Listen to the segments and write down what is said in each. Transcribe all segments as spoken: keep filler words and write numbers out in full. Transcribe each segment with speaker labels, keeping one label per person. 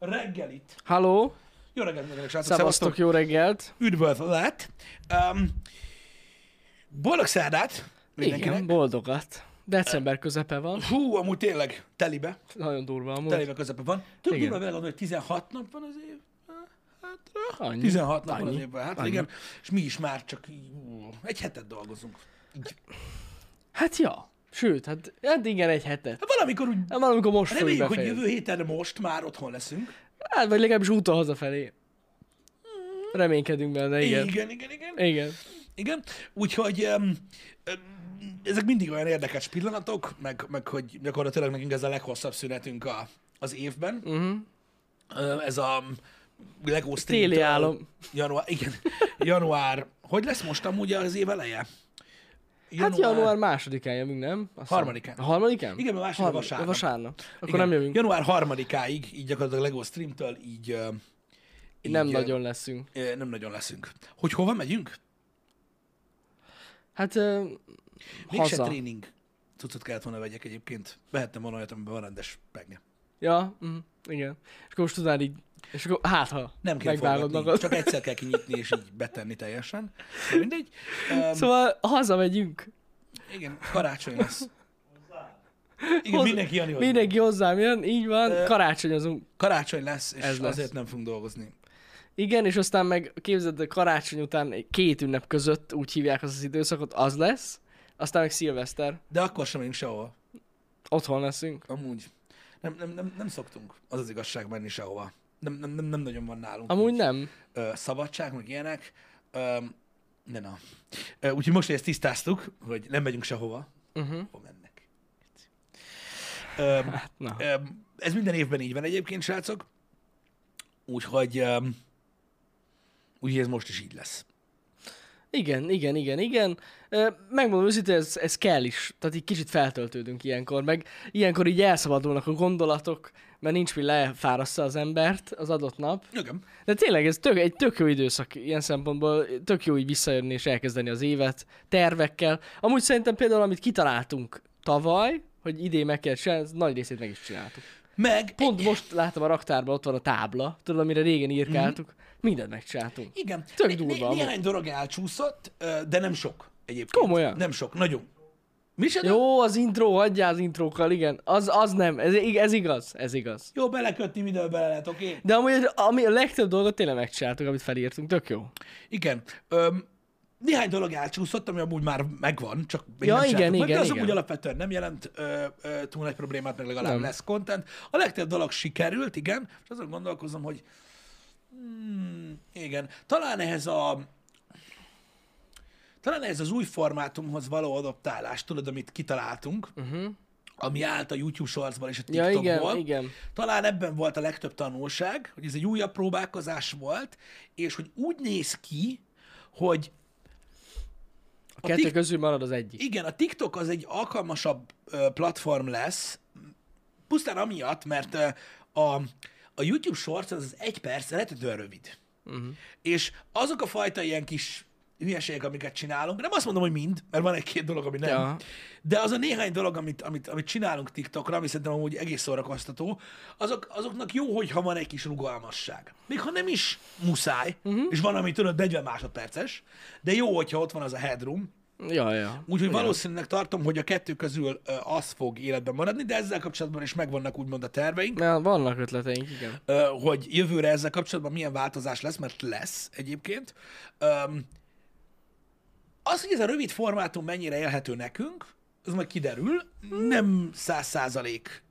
Speaker 1: reggelit.
Speaker 2: Halló!
Speaker 1: Jó reggelt mindenkinek, srácok,
Speaker 2: Szevasztok,
Speaker 1: szevasztok.
Speaker 2: jó reggelt!
Speaker 1: Üdvözlet. Um, boldog szerdát mindenkinek.
Speaker 2: Igen, boldogat. December közepe van.
Speaker 1: Hú, amúgy tényleg telibe.
Speaker 2: Nagyon durva amúgy.
Speaker 1: Telibe közepe van. Több
Speaker 2: Igen.
Speaker 1: durva vele gondolni, hogy tizenhat nap van az év. Hátra.
Speaker 2: Annyi.
Speaker 1: tizenhat nap van
Speaker 2: Annyi.
Speaker 1: az évben. Hát
Speaker 2: Annyi.
Speaker 1: igen. És mi is már csak így, ú, egy hetet dolgozunk. Így.
Speaker 2: Hát ja. Sőt, hát, hát igen, egy hetet.
Speaker 1: Hát valamikor úgy
Speaker 2: Hát valamikor most fogjuk
Speaker 1: reméljük, hogy
Speaker 2: befejezni.
Speaker 1: jövő héten most már otthon leszünk.
Speaker 2: Hát, vagy legalábbis úton hazafelé. Reménykedünk benne, igen.
Speaker 1: Igen, igen, igen.
Speaker 2: Igen.
Speaker 1: Igen, úgyhogy um, um, ezek mindig olyan érdekes pillanatok, meg, meg hogy gyakorlatilag nekünk ez a leghosszabb szünetünk a, az évben.
Speaker 2: Uh-huh.
Speaker 1: Uh, ez a Lego
Speaker 2: Téli álom.
Speaker 1: Január, igen, január, hogy lesz most amúgy az év eleje?
Speaker 2: Hát január másodikán jövünk, nem? Azt hiszem.
Speaker 1: Harmadikán.
Speaker 2: A harmadikán?
Speaker 1: Igen, mert második
Speaker 2: Harmad-
Speaker 1: vasárnap.
Speaker 2: vasárnap. Akkor
Speaker 1: Igen,
Speaker 2: nem jövünk.
Speaker 1: január harmadikáig, így gyakorlatilag Lego Streamtől így, uh, így
Speaker 2: Nem
Speaker 1: uh,
Speaker 2: nagyon leszünk.
Speaker 1: uh, nem nagyon leszünk. Hogy hova megyünk?
Speaker 2: Hát uh,
Speaker 1: Mégse
Speaker 2: haza.
Speaker 1: tréning cuccot kellett volna vegyek egyébként. Vehettem volna olyat, amiben van rendes penge.
Speaker 2: Ja, uh, igen. És akkor most tudnád így, és akkor hát ha
Speaker 1: Nem kell
Speaker 2: megvágod
Speaker 1: forgatni,
Speaker 2: magad.
Speaker 1: csak egyszer kell kinyitni és így betenni teljesen. De mindegy. Um,
Speaker 2: Szóval hazamegyünk.
Speaker 1: igen, karácsony lesz. Igen,
Speaker 2: Hoz-
Speaker 1: mindenki jön.
Speaker 2: Mindenki hozzám jön, így van,
Speaker 1: Ö,
Speaker 2: karácsonyozunk.
Speaker 1: Karácsony lesz, és
Speaker 2: Ez lesz.
Speaker 1: azért nem fogunk dolgozni.
Speaker 2: Igen, és aztán meg képzeld, hogy karácsony után két ünnep között úgy hívják azt az időszakot, az lesz. Aztán meg szilveszter.
Speaker 1: De akkor sem megyünk sehova.
Speaker 2: Otthon leszünk.
Speaker 1: Amúgy. Nem, nem, nem, nem szoktunk, az az igazság, menni sehova. Nem, nem, nem, nem nagyon van nálunk.
Speaker 2: Amúgy
Speaker 1: így,
Speaker 2: nem.
Speaker 1: Ö, szabadság, meg ilyenek. Ö, de na. Ö, úgyhogy most, hogy ezt tisztáztuk, hogy nem megyünk sehova,
Speaker 2: Uh-huh.
Speaker 1: hova mennek. Ö,
Speaker 2: Na.
Speaker 1: Ö, Ez minden évben így van egyébként, srácok. Úgyhogy, öm, úgyhogy ez most is így lesz.
Speaker 2: Igen, igen, igen, igen. Ö, Megmondom őszintén, ez, ez kell is. Tehát így kicsit feltöltődünk ilyenkor, meg ilyenkor így elszabadulnak a gondolatok, mert nincs mi lefárasztja az embert az adott nap.
Speaker 1: Igen.
Speaker 2: De tényleg ez tök, egy tök jó időszak ilyen szempontból, tök jó így visszajönni és elkezdeni az évet tervekkel. Amúgy szerintem például, amit kitaláltunk tavaly, hogy idén meg kell csinálni, ez nagy részét meg is csináltuk.
Speaker 1: Meg,
Speaker 2: Pont most láttam a raktárban, ott van a tábla, tudod, amire régen írkáltuk. Mm-hmm. Mindent megcsináltunk.
Speaker 1: igen,
Speaker 2: Tök
Speaker 1: né-
Speaker 2: durva
Speaker 1: né-
Speaker 2: amúgy.
Speaker 1: néhány dolog elcsúszott, ö, de nem sok egyébként.
Speaker 2: Komolyan?
Speaker 1: Nem sok, nagyon. Mi se?
Speaker 2: Jó, az intro, hagyjál az intrókkal, igen. Az, az nem, ez, ez igaz, ez igaz.
Speaker 1: Jó, belekötni, midől bele lehet, oké? Okay?
Speaker 2: De amúgy ami a legtöbb dolgot tényleg megcsináltuk, amit felírtunk, tök jó.
Speaker 1: Igen. Öm, néhány dolog elcsúszott, ami amúgy már megvan, csak még
Speaker 2: Ja,
Speaker 1: nem
Speaker 2: igen,
Speaker 1: csináltuk meg,
Speaker 2: igen,
Speaker 1: de az
Speaker 2: igen.
Speaker 1: amúgy alapvetően nem jelent ö, ö, túl nagy problémát, meg legalább
Speaker 2: Nem.
Speaker 1: lesz content. A legtöbb dolog sikerült, igen, és azon gondolkozom, hogy hmm, igen, talán ehhez a talán ehhez az új formátumhoz való adaptálás, tudod, amit kitaláltunk,
Speaker 2: Uh-huh.
Speaker 1: ami állt a YouTube Shortsban és a
Speaker 2: Ja,
Speaker 1: TikTokból.
Speaker 2: igen, igen.
Speaker 1: Talán ebben volt a legtöbb tanulság, hogy ez egy újabb próbálkozás volt, és hogy úgy néz ki, hogy
Speaker 2: A kettő
Speaker 1: Tik-
Speaker 2: közül marad az egyik.
Speaker 1: igen, a TikTok az egy alkalmasabb ö, platform lesz, pusztán amiatt, mert ö, a, a YouTube Shorts az, az egy perc rettetően rövid.
Speaker 2: Uh-huh.
Speaker 1: És azok a fajta ilyen kis hülyeségek, amiket csinálunk, nem azt mondom, hogy mind, mert van egy-két dolog, ami nem,
Speaker 2: Ja.
Speaker 1: de az a néhány dolog, amit, amit, amit csinálunk TikTokra, ami szerintem amúgy egész szórakoztató, azok, azoknak jó, hogyha van egy kis rugalmasság. Még ha nem is muszáj, uh-huh. és van, ami tudod negyven másodperces, de jó, hogyha ott van az a headroom.
Speaker 2: Ja, ja.
Speaker 1: Úgyhogy
Speaker 2: Igen.
Speaker 1: valószínűleg tartom, hogy a kettő közül ö, az fog életben maradni, de ezzel kapcsolatban is megvannak úgymond a terveink,
Speaker 2: Mert vannak ötleteink, igen.
Speaker 1: ö, hogy jövőre ezzel kapcsolatban milyen változás lesz, mert lesz egyébként. Öm, az, hogy ez a rövid formátum mennyire élhető nekünk, az majd kiderül. Nem száz százalék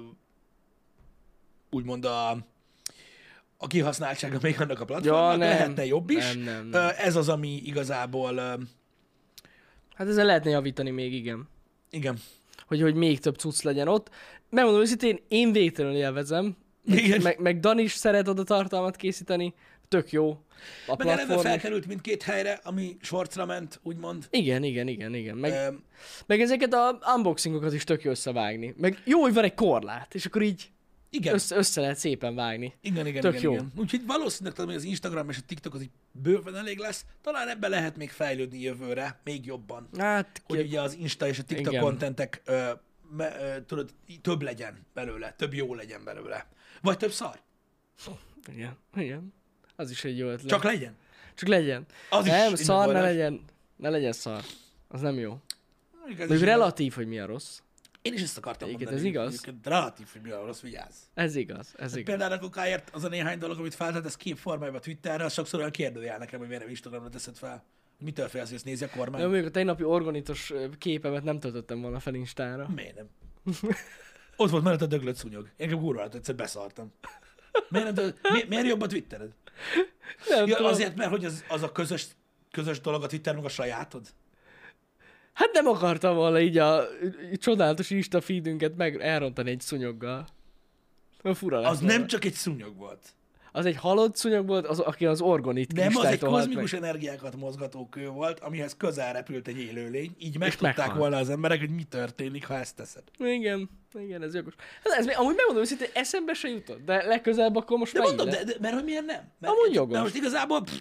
Speaker 1: úgymond a, a kihasználtsága még annak a platformnak,
Speaker 2: Ja, nem.
Speaker 1: lehetne jobb is.
Speaker 2: Nem, nem, nem.
Speaker 1: Ö, Ez az, ami igazából, ö,
Speaker 2: Hát ezzel lehetne javítani még, igen.
Speaker 1: igen.
Speaker 2: Hogy, hogy még több cucc legyen ott. Megmondom őszintén, én végtelenül élvezem.
Speaker 1: Igen.
Speaker 2: Meg, meg Dan is szeret oda tartalmat készíteni. Tök jó. A
Speaker 1: Meg eleve
Speaker 2: platform is.
Speaker 1: felkerült mindkét helyre, ami Schwarzra ment, úgymond.
Speaker 2: Igen, igen, igen, igen. Meg,
Speaker 1: Ö,
Speaker 2: meg ezeket a unboxingokat is tök jó összevágni. Meg jó, hogy van egy korlát, és akkor így
Speaker 1: Igen.
Speaker 2: össze, össze lehet szépen vágni.
Speaker 1: Igen, igen,
Speaker 2: Tök
Speaker 1: igen,
Speaker 2: jó.
Speaker 1: igen. Úgyhogy valószínűleg tudom, hogy az Instagram és a TikTok az így bőven elég lesz. Talán ebben lehet még fejlődni jövőre, még jobban.
Speaker 2: Hát,
Speaker 1: Hogy
Speaker 2: ki...
Speaker 1: ugye az Insta és a TikTok
Speaker 2: Igen.
Speaker 1: kontentek ö, me, ö, tudod, í- több legyen belőle, több jó legyen belőle. Vagy több szar.
Speaker 2: Igen, igen. Az is egy jó ötlet.
Speaker 1: Csak legyen.
Speaker 2: Csak legyen.
Speaker 1: Az
Speaker 2: nem,
Speaker 1: is
Speaker 2: szar ne
Speaker 1: megoldás.
Speaker 2: legyen. Ne legyen szar. Az nem jó.
Speaker 1: Mondjuk ez
Speaker 2: Még
Speaker 1: is
Speaker 2: relatív, hogy mi a rossz.
Speaker 1: Én is ezt akartam
Speaker 2: Igen,
Speaker 1: mondani.
Speaker 2: ez igaz.
Speaker 1: Egyébként relatív, hogy mi a rossz, vigyázz.
Speaker 2: Ez igaz, ez igaz.
Speaker 1: Például a kokáért az a néhány dolog, amit feltett, kép formájában Twitterre, az sokszor olyan kérdőjel nekem, hogy miért nem Instagramra teszed fel. Mitől félsz, hogy ezt nézi a kormány?
Speaker 2: De mondjuk a tegnapi organitos ö, képemet nem töltöttem volna fel Instára.
Speaker 1: Miért nem? Ott volt mellett a döglött szúnyog. Engem kurva egyszer beszartam. Miért, nem tölt... mi, miért jobb a Twittered?
Speaker 2: Nem
Speaker 1: Ja,
Speaker 2: tudom.
Speaker 1: azért, mert hogy az, az a közös, közös dolog a Twitter, meg a sajátod?
Speaker 2: Hát nem akartam volna így a így csodálatos Insta feedünket meg elrontani egy szúnyoggal. Mert fura lett
Speaker 1: Az
Speaker 2: volna.
Speaker 1: nem csak egy szúnyog volt.
Speaker 2: Az egy halott szúnyog volt, az, aki az organit
Speaker 1: Nem, az egy
Speaker 2: kristálytól halt
Speaker 1: kozmikus
Speaker 2: meg.
Speaker 1: energiákat mozgató kő volt, amihez közel repült egy élőlény, így meg
Speaker 2: És
Speaker 1: tudták
Speaker 2: meghalt.
Speaker 1: volna az emberek, hogy mi történik, ha ezt teszed.
Speaker 2: Igen, igen, ez jogos. Hát ez még, amúgy megmondom őszintén, eszembe se jutott, de legközelebb akkor most
Speaker 1: De
Speaker 2: már
Speaker 1: mondom,
Speaker 2: így
Speaker 1: de,
Speaker 2: lesz.
Speaker 1: de, mert hogy miért nem? Mert,
Speaker 2: Amúgy jogos.
Speaker 1: Mert most igazából pff,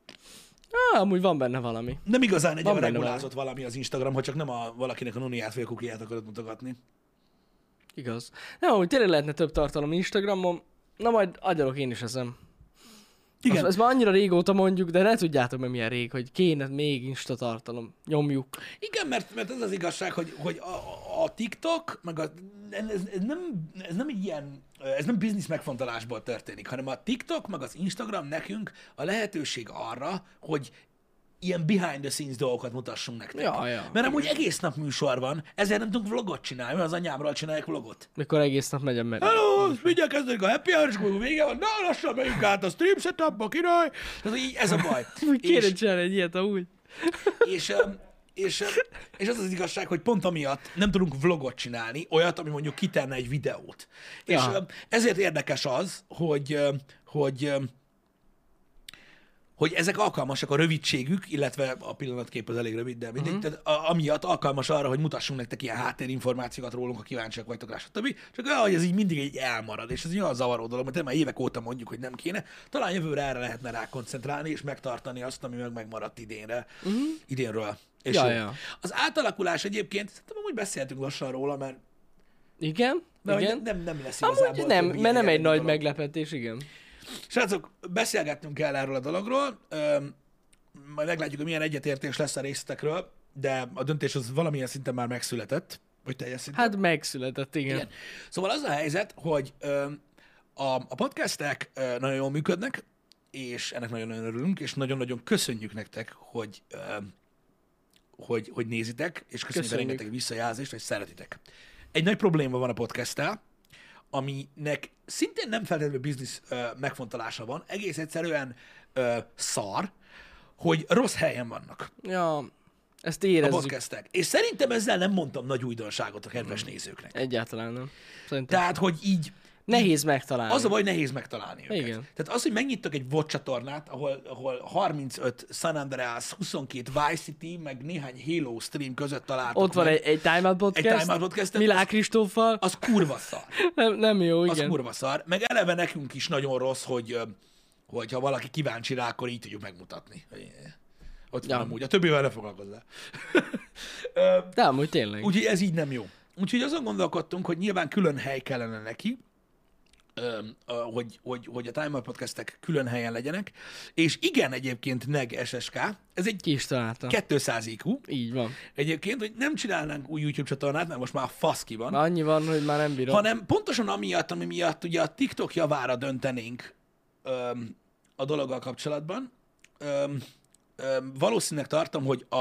Speaker 2: Á, amúgy van benne valami.
Speaker 1: nem igazán egy
Speaker 2: Van
Speaker 1: olyan
Speaker 2: benne
Speaker 1: regulázott valami az Instagram, hogy csak nem a valakinek a nuniát vagy a kukiát akarod mutogatni.
Speaker 2: Igaz. Nem, amúgy tényleg lehetne több tartalom Instagramon. Na majd agyalok én is ezen.
Speaker 1: Igen.
Speaker 2: Azt, ezt már annyira régóta mondjuk, de ne tudjátok meg milyen rég, hogy kéne még Insta tartalom. Nyomjuk.
Speaker 1: Igen, mert, mert ez az igazság, hogy, hogy a, a TikTok, meg a, ez, ez, nem, ez nem egy ilyen, ez nem biznisz megfontolásból történik, hanem a TikTok, meg az Instagram nekünk a lehetőség arra, hogy ilyen behind the scenes dolgokat mutassunk nektek.
Speaker 2: Ja, ja.
Speaker 1: Mert amúgy egész nap műsor van, ezért nem tudunk vlogot csinálni, mert az anyámról csinálják vlogot.
Speaker 2: Mikor egész nap megyem meg.
Speaker 1: Hello, mindjárt kezdődik a happy hour, és akkor vége van, na lassan megyünk át a stream setupba, király. Tehát így ez a baj.
Speaker 2: Úgy kéne
Speaker 1: és,
Speaker 2: csinálni egy ilyet amúgy.
Speaker 1: és, öm, és, öm, és az az igazság, hogy pont amiatt nem tudunk vlogot csinálni, olyat, ami mondjuk kitenne egy videót. És
Speaker 2: Ja.
Speaker 1: öm, ezért érdekes az, hogy, öm, hogy, öm, hogy ezek alkalmasak a rövidségük, illetve a pillanatkép az elég rövid, de mindig, uh-huh. tehát a, amiatt alkalmas arra, hogy mutassunk nektek ilyen háttérinformációkat rólunk, ha kíváncsiak vagytok rá, stb. Csak olyan, hogy ez így mindig így elmarad, és ez egy olyan zavaró dolog, mert tényleg már évek óta mondjuk, hogy nem kéne. Talán jövőre erre lehetne rá koncentrálni, és megtartani azt, ami meg megmaradt idénre, uh-huh. idénről. És
Speaker 2: Ja,
Speaker 1: jó.
Speaker 2: ja.
Speaker 1: Az átalakulás egyébként, szerintem amúgy beszéltünk lassan róla, mert,
Speaker 2: Igen,
Speaker 1: mert
Speaker 2: igen.
Speaker 1: nem, nem lesz
Speaker 2: Amúgy
Speaker 1: igazából
Speaker 2: nem,
Speaker 1: több ilyen
Speaker 2: mert nem egy
Speaker 1: jellegű
Speaker 2: nagy
Speaker 1: dolog.
Speaker 2: meglepetés, igen.
Speaker 1: Srácok, beszélgettünk kell erről a dologról, öm, majd meglátjuk, hogy milyen egyetértés lesz a részletekről, de a döntés az valamilyen szinten már megszületett, vagy teljes szinten.
Speaker 2: Hát megszületett, igen.
Speaker 1: Igen. Szóval az a helyzet, hogy öm, a, a podcastek ö, nagyon jól működnek, és ennek nagyon-nagyon örülünk, és nagyon-nagyon köszönjük nektek, hogy, öm, hogy, hogy nézitek, és köszönjük,
Speaker 2: Köszönjük.
Speaker 1: a rengeteg visszajelzést, hogy szeretitek. Egy nagy probléma van a podcasttel, aminek szintén nem feltétlenül biznisz ö, megfontolása van, egész egyszerűen ö, szar, hogy rossz helyen vannak
Speaker 2: Ja, ezt
Speaker 1: a
Speaker 2: érezzük.
Speaker 1: podcastek. És szerintem ezzel nem mondtam nagy újdonságot a kedves nézőknek.
Speaker 2: Egyáltalán nem. Szerintem
Speaker 1: Tehát, hogy így
Speaker 2: nehéz megtalálni.
Speaker 1: az a baj, nehéz megtalálni őket.
Speaker 2: Igen.
Speaker 1: Tehát az, hogy megnyittok egy vé o dé csatornát, ahol, ahol harmincöt San Andreas, huszonkettő Vice City, meg néhány Halo stream között találtok
Speaker 2: Ott van
Speaker 1: meg,
Speaker 2: egy, egy Time Out Podcast,
Speaker 1: egy Time Out Podcast-et,
Speaker 2: Milák
Speaker 1: az,
Speaker 2: Kristóffal.
Speaker 1: az kurva szar.
Speaker 2: Nem, nem jó,
Speaker 1: Az
Speaker 2: igen.
Speaker 1: kurva szar. Meg eleve nekünk is nagyon rossz, hogy, ö, hogy ha valaki kíváncsi rá, akkor így tudjuk megmutatni. Ott van
Speaker 2: Ja.
Speaker 1: amúgy. A többivel ne foglalkozzál. Ö,
Speaker 2: De amúgy tényleg.
Speaker 1: Úgyhogy ez így nem jó. Úgyhogy azon gondolkodtunk, hogy nyilván külön hely kellene neki, ö, ö, hogy, hogy, hogy a Time Out Podcastek külön helyen legyenek. És igen, egyébként Neg es es ká, ez egy
Speaker 2: Ki is találta.
Speaker 1: kétszáz i kú.
Speaker 2: Így van.
Speaker 1: Egyébként, hogy nem csinálnánk új YouTube csatornát, mert most már a fasz ki van.
Speaker 2: Már annyi van, hogy már nem bírom.
Speaker 1: Hanem pontosan amiatt, ami miatt ugye a TikTok javára döntenénk öm, a dologgal kapcsolatban, öm, öm, valószínűleg tartom, hogy a,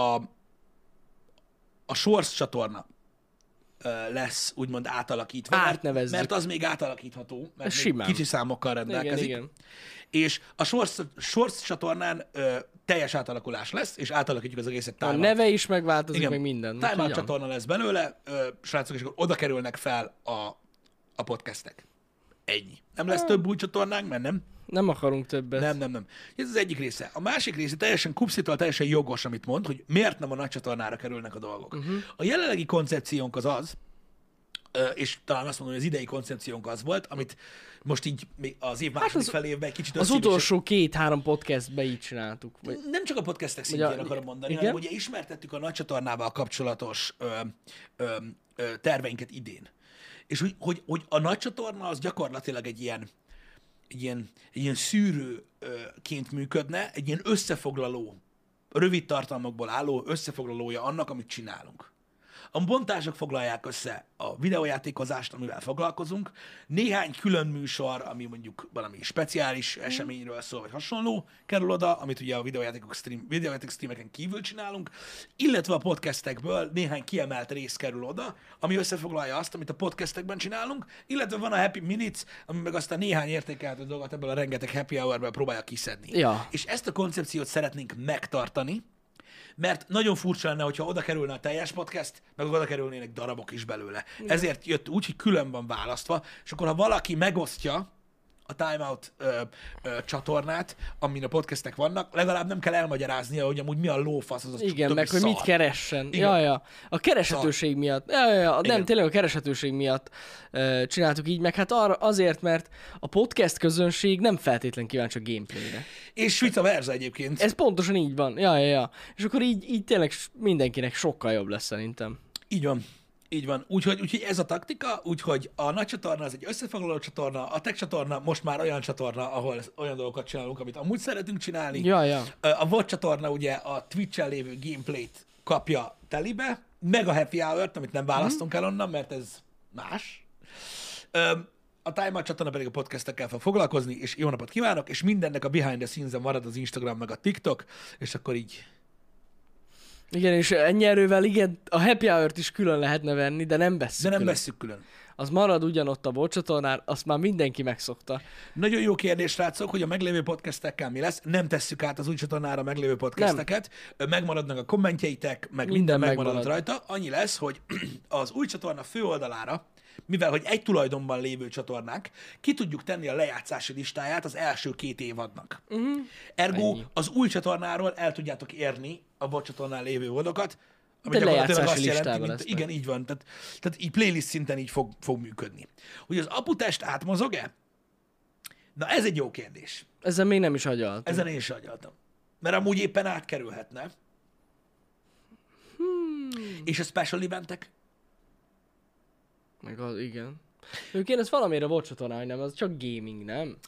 Speaker 1: a Shorts csatorna ö, lesz úgymond átalakítva. mert-
Speaker 2: Átnevezzük.
Speaker 1: Mert az még átalakítható, mert még
Speaker 2: Simán.
Speaker 1: kicsi számokkal rendelkezik.
Speaker 2: Igen, igen.
Speaker 1: És a Shorts, Shorts csatornán ö, teljes átalakulás lesz, és átalakítjuk az egészet
Speaker 2: A
Speaker 1: Time Out.
Speaker 2: neve is megváltozik,
Speaker 1: Igen.
Speaker 2: meg minden.
Speaker 1: Time
Speaker 2: Úgyhogy
Speaker 1: Out
Speaker 2: ja.
Speaker 1: csatorna lesz belőle, ö, srácok, és akkor oda kerülnek fel a, a podcastek. Ennyi. Nem lesz több új csatornánk, mert nem.
Speaker 2: Nem akarunk többet.
Speaker 1: Nem, nem, nem. Ez az egyik része. A másik része teljesen kupszitól teljesen jogos, amit mond, hogy miért nem a nagy csatornára kerülnek a dolgok. Uh-huh. A jelenlegi koncepciónk az az, ö, és talán azt mondom, hogy az idei koncepciónk az volt, amit most így még az év második
Speaker 2: Hát az-
Speaker 1: felében egy kicsit
Speaker 2: Az
Speaker 1: össze-
Speaker 2: utolsó két-három podcastbe így csináltuk. Vagy...
Speaker 1: Nem csak a podcastek
Speaker 2: Vagy
Speaker 1: szintjén
Speaker 2: a-
Speaker 1: akarom mondani,
Speaker 2: igen?
Speaker 1: hanem ugye ismertettük a nagy csatornával kapcsolatos ö, ö, ö, terveinket idén. És hogy, hogy, hogy a nagy csatorna az gyakorlatilag egy ilyen, egy ilyen, egy ilyen szűrőként működne, egy ilyen összefoglaló, rövid tartalmakból álló összefoglalója annak, amit csinálunk. A montázsok foglalják össze a videójátékozást, amivel foglalkozunk, néhány külön műsor, ami mondjuk valami speciális eseményről szól, vagy hasonló, kerül oda, amit ugye a videójátékok stream, videójáték streameken kívül csinálunk, illetve a podcastekből néhány kiemelt rész kerül oda, ami összefoglalja azt, amit a podcastekben csinálunk, illetve van a Happy Minutes, ami meg aztán néhány értékelhető dolgot ebből a rengeteg happy hour-ből próbálja kiszedni.
Speaker 2: Ja.
Speaker 1: És ezt a koncepciót szeretnénk megtartani, mert nagyon furcsa lenne, hogyha oda kerülne a teljes podcast, meg oda kerülnének darabok is belőle. Ja. Ezért jött úgy, hogy külön van választva, és akkor ha valaki megosztja a Time Out ö, ö, csatornát, amin a podcastek vannak, legalább nem kell elmagyaráznia, hogy amúgy mi a lófasz az a
Speaker 2: Igen, meg
Speaker 1: szar.
Speaker 2: hogy mit keressen.
Speaker 1: Igen.
Speaker 2: Ja, ja. A kereshetőség szar. miatt. Ja, ja, ja. Nem, tényleg a kereshetőség miatt uh, csináltuk így, meg hát arra azért, mert a podcast közönség nem feltétlen kíváncsi a gameplayre.
Speaker 1: És vice versa egyébként.
Speaker 2: Ez pontosan így van. Ja, ja, ja. És akkor így, így tényleg mindenkinek sokkal jobb lesz szerintem.
Speaker 1: Így van. Így van. Úgyhogy, úgyhogy ez a taktika, úgyhogy a nagy csatorna az egy összefoglaló csatorna, a tech csatorna most már olyan csatorna, ahol olyan dolgokat csinálunk, amit amúgy szeretünk csinálni.
Speaker 2: Ja, ja.
Speaker 1: A vé o dé csatorna ugye a Twitch-en lévő gameplayt kapja telibe, meg a Happy Hour-t, amit nem választunk el onnan, mert ez más. A Time Out csatorna pedig a podcastekkel fog foglalkozni, és jó napot kívánok, és mindennek a behind the scenes-en marad az Instagram meg a TikTok, és akkor így...
Speaker 2: Igen, és ennyi erővel, igen, a Happy Hour-t is külön lehetne venni, de nem vesszük
Speaker 1: De nem
Speaker 2: külön.
Speaker 1: vesszük külön.
Speaker 2: Az marad ugyanott a vé o dé csatornán, azt már mindenki megszokta.
Speaker 1: Nagyon jó kérdés, srácok, hogy a meglévő podcastekkel mi lesz. Nem tesszük át az új csatornára a meglévő podcasteket. Nem. Megmaradnak a kommentjeitek, meg minden, minden megmarad, megmarad rajta. Annyi lesz, hogy az új csatorna főoldalára, mivel hogy egy tulajdonban lévő csatornák, ki tudjuk tenni a lejátszási listáját az első két évadnak. Uh-huh. Ergo
Speaker 2: Ennyi.
Speaker 1: az új csatornáról el tudjátok érni a vé o dé csatornán lévő vodokat, ami
Speaker 2: De
Speaker 1: gyakorlatilag azt
Speaker 2: lejátszási
Speaker 1: jelenti, mint,
Speaker 2: listában
Speaker 1: igen, így van. Tehát, tehát így playlist szinten így fog, fog működni. Hogy az aputest átmozog-e? Na ez egy jó kérdés.
Speaker 2: Ezzel még nem is agyaltam.
Speaker 1: Ezen én is agyaltam. Mert amúgy éppen átkerülhetne.
Speaker 2: Hmm.
Speaker 1: És a special eventek?
Speaker 2: Meg az, igen. Ők én ezt valamire vé o dé csatornán, hogy nem, az csak gaming, nem?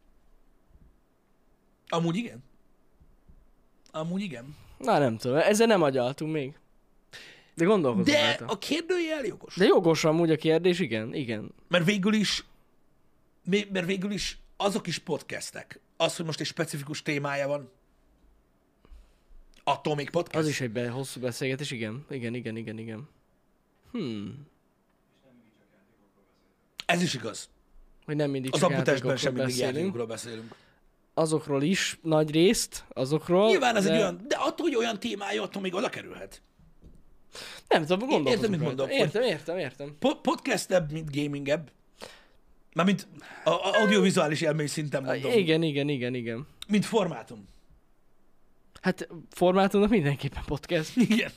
Speaker 1: Amúgy igen. Amúgy igen.
Speaker 2: Na nem tudom, ezzel nem agyaltunk még. De gondolkozom
Speaker 1: De
Speaker 2: rajta.
Speaker 1: a kérdőjel jogos.
Speaker 2: De jogos amúgy a kérdés, igen, igen.
Speaker 1: Mert végül is, mert végül is azok is podcastek. Az, hogy most egy specifikus témája van, attól még podcast.
Speaker 2: Az is egy be, hosszú beszélgetés, igen. Igen, igen, igen, igen. Hmm.
Speaker 1: Ez is igaz.
Speaker 2: Hogy nem mindig
Speaker 1: Az
Speaker 2: csak
Speaker 1: aputestben sem
Speaker 2: játékokról
Speaker 1: mindig
Speaker 2: beszélünk.
Speaker 1: játékokról beszélünk.
Speaker 2: Azokról is, nagy részt, azokról.
Speaker 1: Nyilván ez
Speaker 2: de...
Speaker 1: egy olyan, de attól, hogy olyan témája, attól még oda kerülhet.
Speaker 2: Nem tudom, gondolkozunk
Speaker 1: Értem, mit
Speaker 2: rajta.
Speaker 1: mondom,
Speaker 2: Értem, értem, értem.
Speaker 1: Po- podcastebb, mint gamingebb. Mármint a, a audiovizuális élmény szinten mondom.
Speaker 2: Igen, igen, igen, igen.
Speaker 1: Mint formátum.
Speaker 2: Hát formátumnak mindenképpen podcast.
Speaker 1: Igen.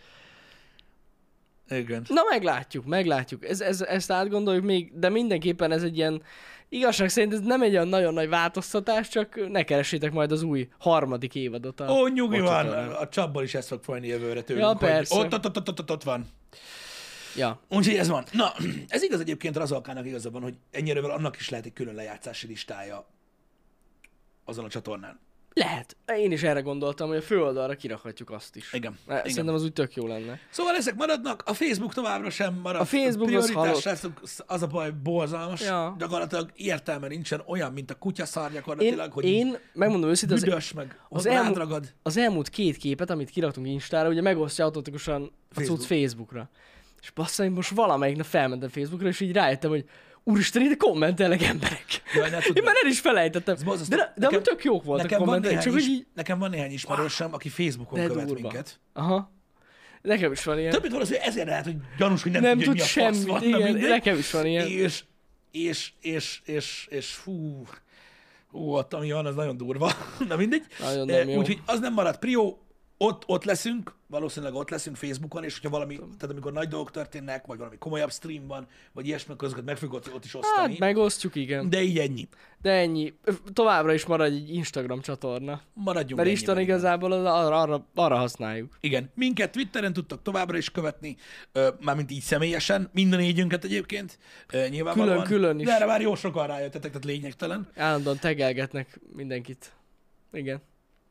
Speaker 1: Igen.
Speaker 2: Na meglátjuk, meglátjuk. Ez, ez, ezt átgondoljuk még, de mindenképpen ez egy ilyen, igazság szerint ez nem egy olyan nagyon nagy változtatás, csak ne keressétek majd az új harmadik évadot. A
Speaker 1: Ó, nyugi van,
Speaker 2: csatornán.
Speaker 1: a csapból is ezt fog folyni jövőre tőlünk.
Speaker 2: Ja,
Speaker 1: hogy
Speaker 2: persze.
Speaker 1: Ott, ott, ott, ott, ott, ott van.
Speaker 2: Ja.
Speaker 1: Úgyhogy ez van. Na, ez igaz egyébként Razalkának igaza van, hogy ennyire annak is lehet egy külön lejátszási listája azon a csatornán.
Speaker 2: Lehet. Én is erre gondoltam, hogy a főoldalra kirakhatjuk azt is.
Speaker 1: Igen.
Speaker 2: Mert
Speaker 1: Igen.
Speaker 2: Szerintem az úgy tök jó lenne.
Speaker 1: Szóval ezek maradnak, a Facebook továbbra sem marad.
Speaker 2: A Facebook az halott.
Speaker 1: srácok, az a baj, borzalmas.
Speaker 2: Ja.
Speaker 1: Gyakorlatilag értelme nincsen, olyan, mint a kutyaszár
Speaker 2: Én,
Speaker 1: gyakorlatilag, hogy
Speaker 2: én megmondom őszintén, az,
Speaker 1: büdös, meg
Speaker 2: az,
Speaker 1: az
Speaker 2: elmú,
Speaker 1: ragad.
Speaker 2: az elmúlt két képet, amit kiraktunk Instára, ugye megosztja automatikusan a
Speaker 1: Facebook.
Speaker 2: cucc Facebookra. És bassza, én most valamelyik nap felmentem Facebookra, és így rájöttem, hogy úristen, ide kommentelnek emberek.
Speaker 1: Jaj, ne tudd
Speaker 2: Én
Speaker 1: meg.
Speaker 2: már el is felejtettem.
Speaker 1: Ez borzasztó.
Speaker 2: De, de
Speaker 1: Nekem-
Speaker 2: amúgy tök jók voltak a
Speaker 1: Nekem van,
Speaker 2: kommentek,
Speaker 1: néhány
Speaker 2: csak hogy
Speaker 1: is,
Speaker 2: így...
Speaker 1: nekem van néhány ismerősöm, aki Facebookon
Speaker 2: De
Speaker 1: követ
Speaker 2: durva.
Speaker 1: minket.
Speaker 2: Aha. Nekem is van ilyen.
Speaker 1: Többet valószínűleg ezért lehet, hogy gyanús, hogy nem,
Speaker 2: Nem
Speaker 1: tudja,
Speaker 2: tud
Speaker 1: hogy mi a fasz
Speaker 2: semmit,
Speaker 1: van, na
Speaker 2: igen,
Speaker 1: mindegy.
Speaker 2: nekem is van ilyen.
Speaker 1: És, és, és, és, és fú, hú, ott ami van, az nagyon durva. Na mindegy.
Speaker 2: Nagyon
Speaker 1: Eh,
Speaker 2: nem jó.
Speaker 1: Úgyhogy az nem maradt prió, ott, ott leszünk, valószínűleg ott leszünk Facebookon, és hogyha valami, tehát amikor nagy dolgok történnek, vagy valami komolyabb stream van, vagy ilyesmi, akkor azokat meg fogjuk ott, ott is osztani.
Speaker 2: Hát megosztjuk, igen.
Speaker 1: De így ennyi.
Speaker 2: De ennyi. Továbbra is maradj egy Instagram csatorna.
Speaker 1: Maradjunk
Speaker 2: Mert
Speaker 1: ennyiben,
Speaker 2: Isten
Speaker 1: igen.
Speaker 2: igazából az arra, arra, arra használjuk.
Speaker 1: Igen, minket Twitteren tudtok továbbra is követni, ö, mármint így személyesen, minden négyünket egyébként, ö, nyilvánvalóan.
Speaker 2: Külön-külön is.
Speaker 1: De erre már jó sokan rájöttetek, tehát lényegtelen.
Speaker 2: Állandóan tegelgetnek mindenkit. Igen.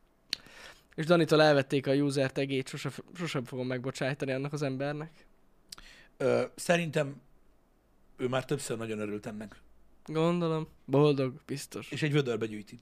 Speaker 2: És Danitól elvették a user tagét, sose, sosem fogom megbocsájtani annak az embernek.
Speaker 1: Ö, szerintem ő már többször nagyon örült ennek.
Speaker 2: Gondolom. Boldog, biztos.
Speaker 1: És egy vödörbe gyűjti.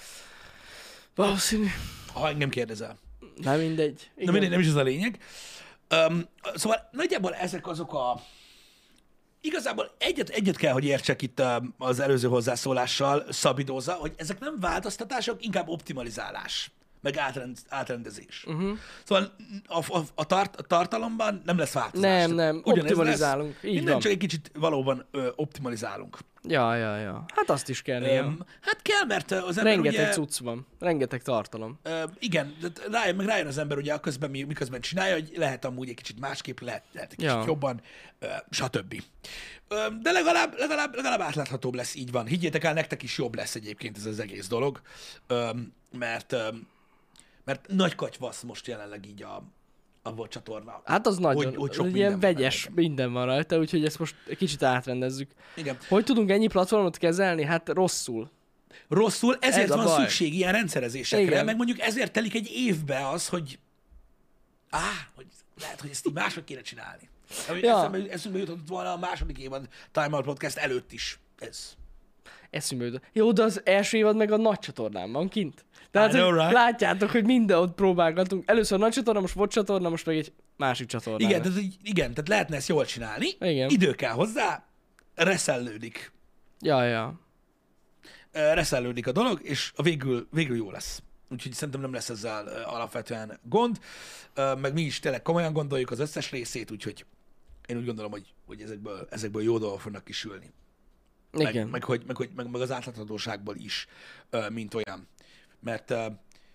Speaker 2: Valószínű.
Speaker 1: Ha engem kérdezel.
Speaker 2: Nem mindegy. Igen.
Speaker 1: Na mindegy, nem is ez a lényeg. Um, szóval nagyjából ezek azok a... Igazából egyet, egyet kell, hogy értsek itt um, az előző hozzászólással, Szabidóza, hogy ezek nem változtatások, inkább optimalizálás, meg átrend, átrendezés.
Speaker 2: Uh-huh.
Speaker 1: Szóval a, a, a, tart, a tartalomban nem lesz változás.
Speaker 2: Nem, nem,
Speaker 1: Ugyanez
Speaker 2: optimalizálunk.
Speaker 1: Lesz.
Speaker 2: Így
Speaker 1: Minden
Speaker 2: van.
Speaker 1: csak egy kicsit valóban ö, optimalizálunk.
Speaker 2: Ja, ja, ja. Hát azt is kell néha.
Speaker 1: Um, hát kell, mert az ember
Speaker 2: Rengeteg
Speaker 1: ugye...
Speaker 2: cucc van. Rengeteg tartalom.
Speaker 1: Uh, igen, de rájön, meg rájön az ember ugye közben, miközben csinálja, hogy lehet amúgy egy kicsit másképp, lehet, lehet egy kicsit
Speaker 2: Ja.
Speaker 1: jobban, uh, stb. Uh, de legalább, legalább, legalább átláthatóbb lesz, így van. Higgyétek el, nektek is jobb lesz egyébként ez az egész dolog, um, mert, um, mert nagy katyvasz most jelenleg így a, a volt csatorna.
Speaker 2: Hát az nagyon,
Speaker 1: Hogy- hogy sok
Speaker 2: hogy ilyen
Speaker 1: minden van
Speaker 2: vegyes
Speaker 1: benne.
Speaker 2: minden van rajta, úgyhogy ezt most egy kicsit átrendezzük.
Speaker 1: Igen.
Speaker 2: Hogy tudunk ennyi platformot kezelni? Hát rosszul.
Speaker 1: Rosszul, ezért
Speaker 2: Ez a
Speaker 1: van
Speaker 2: baj.
Speaker 1: szükség ilyen rendszerezésekre,
Speaker 2: Igen.
Speaker 1: meg mondjuk ezért telik egy évbe az, hogy á, hogy lehet, hogy ezt így máshogy kéne csinálni. Ami
Speaker 2: Ja.
Speaker 1: eszembe, eszembe jutott volna a második évad Time Out Podcast előtt is. Ez.
Speaker 2: Eszünkbe jutott. Jó, de az első évad meg a nagy csatornán van kint. Tehát
Speaker 1: I know,
Speaker 2: hogy
Speaker 1: right?
Speaker 2: látjátok, hogy mindenhol próbálgatunk. Először nagy csatorna, most volt csatorna, most meg egy másik csatorna.
Speaker 1: Igen, tehát, így- igen, tehát lehetne ezt jól csinálni.
Speaker 2: Igen.
Speaker 1: Idő kell hozzá, reszellődik.
Speaker 2: Ja, ja.
Speaker 1: Ö, Reszellődik a dolog, és a végül, végül jó lesz. Úgyhogy szerintem nem lesz ezzel ö, alapvetően gond. Ö, Meg mi is tényleg komolyan gondoljuk az összes részét, úgyhogy én úgy gondolom, hogy, hogy ezekből, ezekből jó dolgok fognak kisülni.
Speaker 2: Igen.
Speaker 1: Meg, meg, hogy, meg, hogy, meg, meg az átláthatóságból is, ö, mint olyan. Mert ö,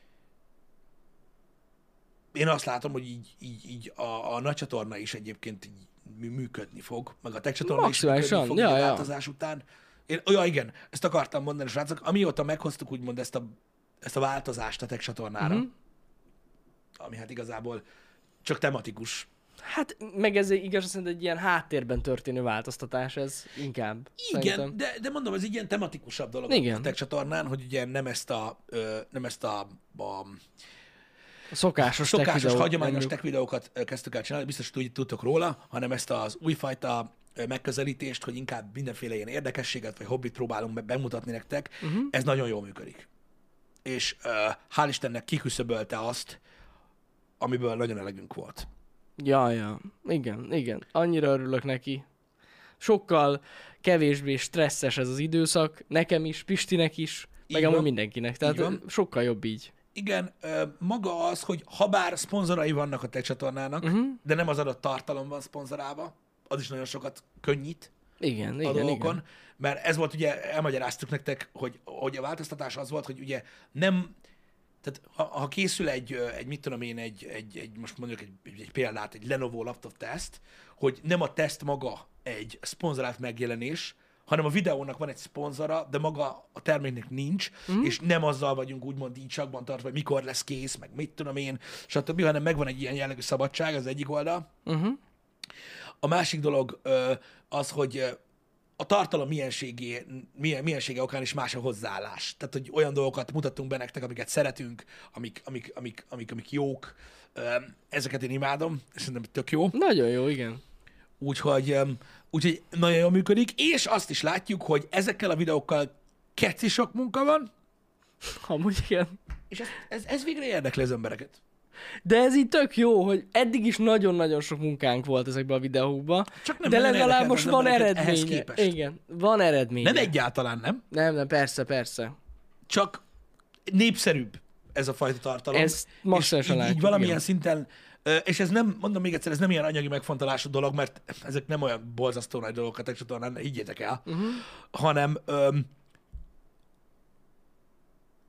Speaker 1: én azt látom, hogy így, így, így a, a nagy csatorna is egyébként így mű- működni fog, meg a tech csatorna is működni
Speaker 2: Maximálisan,
Speaker 1: fog
Speaker 2: ja,
Speaker 1: így a
Speaker 2: ja.
Speaker 1: változás után. Én, ja, igen, ezt akartam mondani, srácok, amióta meghoztuk úgymond ezt a, ezt a változást a tech csatornára,
Speaker 2: Mhm.
Speaker 1: uh-huh. ami hát igazából csak tematikus.
Speaker 2: Hát meg ez egy, igaz, szerint egy ilyen háttérben történő változtatás ez inkább.
Speaker 1: Igen,
Speaker 2: Szerintem.
Speaker 1: de, de mondom, ez egy ilyen tematikusabb dolog
Speaker 2: Igen.
Speaker 1: a tech csatornán, hogy ugye nem ezt a, ö, nem ezt a, a
Speaker 2: A szokásos, tech
Speaker 1: szokásos,
Speaker 2: videót
Speaker 1: hagyományos
Speaker 2: mondjuk.
Speaker 1: tech videókat ö, kezdtük el csinálni, biztos, hogy tudtok róla, hanem ezt az újfajta ö, megközelítést, hogy inkább mindenféle ilyen érdekességet vagy hobbit próbálunk be- bemutatni nektek, uh-huh. ez nagyon jól működik. És uh, hál' Istennek kiküszöbölte azt, amiből nagyon elegünk volt.
Speaker 2: Ja, ja. Igen, igen. Annyira örülök neki. Sokkal kevésbé stresszes ez az időszak. Nekem is, Pistinek is, meg
Speaker 1: Így
Speaker 2: amúgy
Speaker 1: van.
Speaker 2: mindenkinek. Tehát
Speaker 1: Így van.
Speaker 2: sokkal jobb így.
Speaker 1: Igen, ö, maga az, hogy ha bár szponzorai vannak a tech csatornának, uh-huh. de nem az adott tartalom van szponzorálva, az is nagyon sokat könnyít
Speaker 2: Igen,
Speaker 1: a
Speaker 2: igen,
Speaker 1: dolgokon,
Speaker 2: igen.
Speaker 1: mert ez volt ugye, elmagyaráztuk nektek, hogy, hogy a változtatás az volt, hogy ugye nem, tehát ha, ha készül egy, ö, egy, mit tudom én, egy, egy, egy most mondjuk egy, egy, egy példát, egy Lenovo laptop teszt, hogy nem a teszt maga egy szponzorált megjelenés, hanem a videónak van egy szponzora, de maga a terméknek nincs, mm. és nem azzal vagyunk úgymond így sakban tartva, hogy mikor lesz kész, meg mit tudom én, stb., hanem megvan egy ilyen jellegű szabadság az egyik oldal.
Speaker 2: Uh-huh.
Speaker 1: A másik dolog ö, az, hogy ö, a tartalom mienségé, milyen, miensége okán is más a hozzáállás. Tehát, hogy olyan dolgokat mutattunk be nektek, amiket szeretünk, amik, amik, amik, amik, amik jók. Ö, ezeket én imádom, és szerintem tök jó.
Speaker 2: Nagyon jó, igen.
Speaker 1: Úgyhogy, öm, úgyhogy nagyon jól működik, és azt is látjuk, hogy ezekkel a videókkal keci sok munka van,
Speaker 2: Amúgy igen.
Speaker 1: és ez, ez, ez végre érdekli az embereket.
Speaker 2: De ez így tök jó, hogy eddig is nagyon-nagyon sok munkánk volt ezekben a videókban,
Speaker 1: Csak nem
Speaker 2: de
Speaker 1: nagyon
Speaker 2: legalább
Speaker 1: érdekel
Speaker 2: most
Speaker 1: az
Speaker 2: van
Speaker 1: embereket ehhez
Speaker 2: eredménye.
Speaker 1: képest.
Speaker 2: Igen, van eredménye.
Speaker 1: Nem egyáltalán nem,
Speaker 2: Nem, nem, persze, persze.
Speaker 1: csak népszerűbb ez a fajta tartalom.
Speaker 2: Ezt
Speaker 1: és
Speaker 2: maximálisan
Speaker 1: így, így
Speaker 2: látjuk,
Speaker 1: valamilyen
Speaker 2: igen.
Speaker 1: szinten, ö, és ez nem, mondom még egyszer, ez nem ilyen anyagi megfontolású dolog, mert ezek nem olyan borzasztó nagy dolgok a tech csatornán, higgyétek el,
Speaker 2: Uh-huh.
Speaker 1: hanem öm,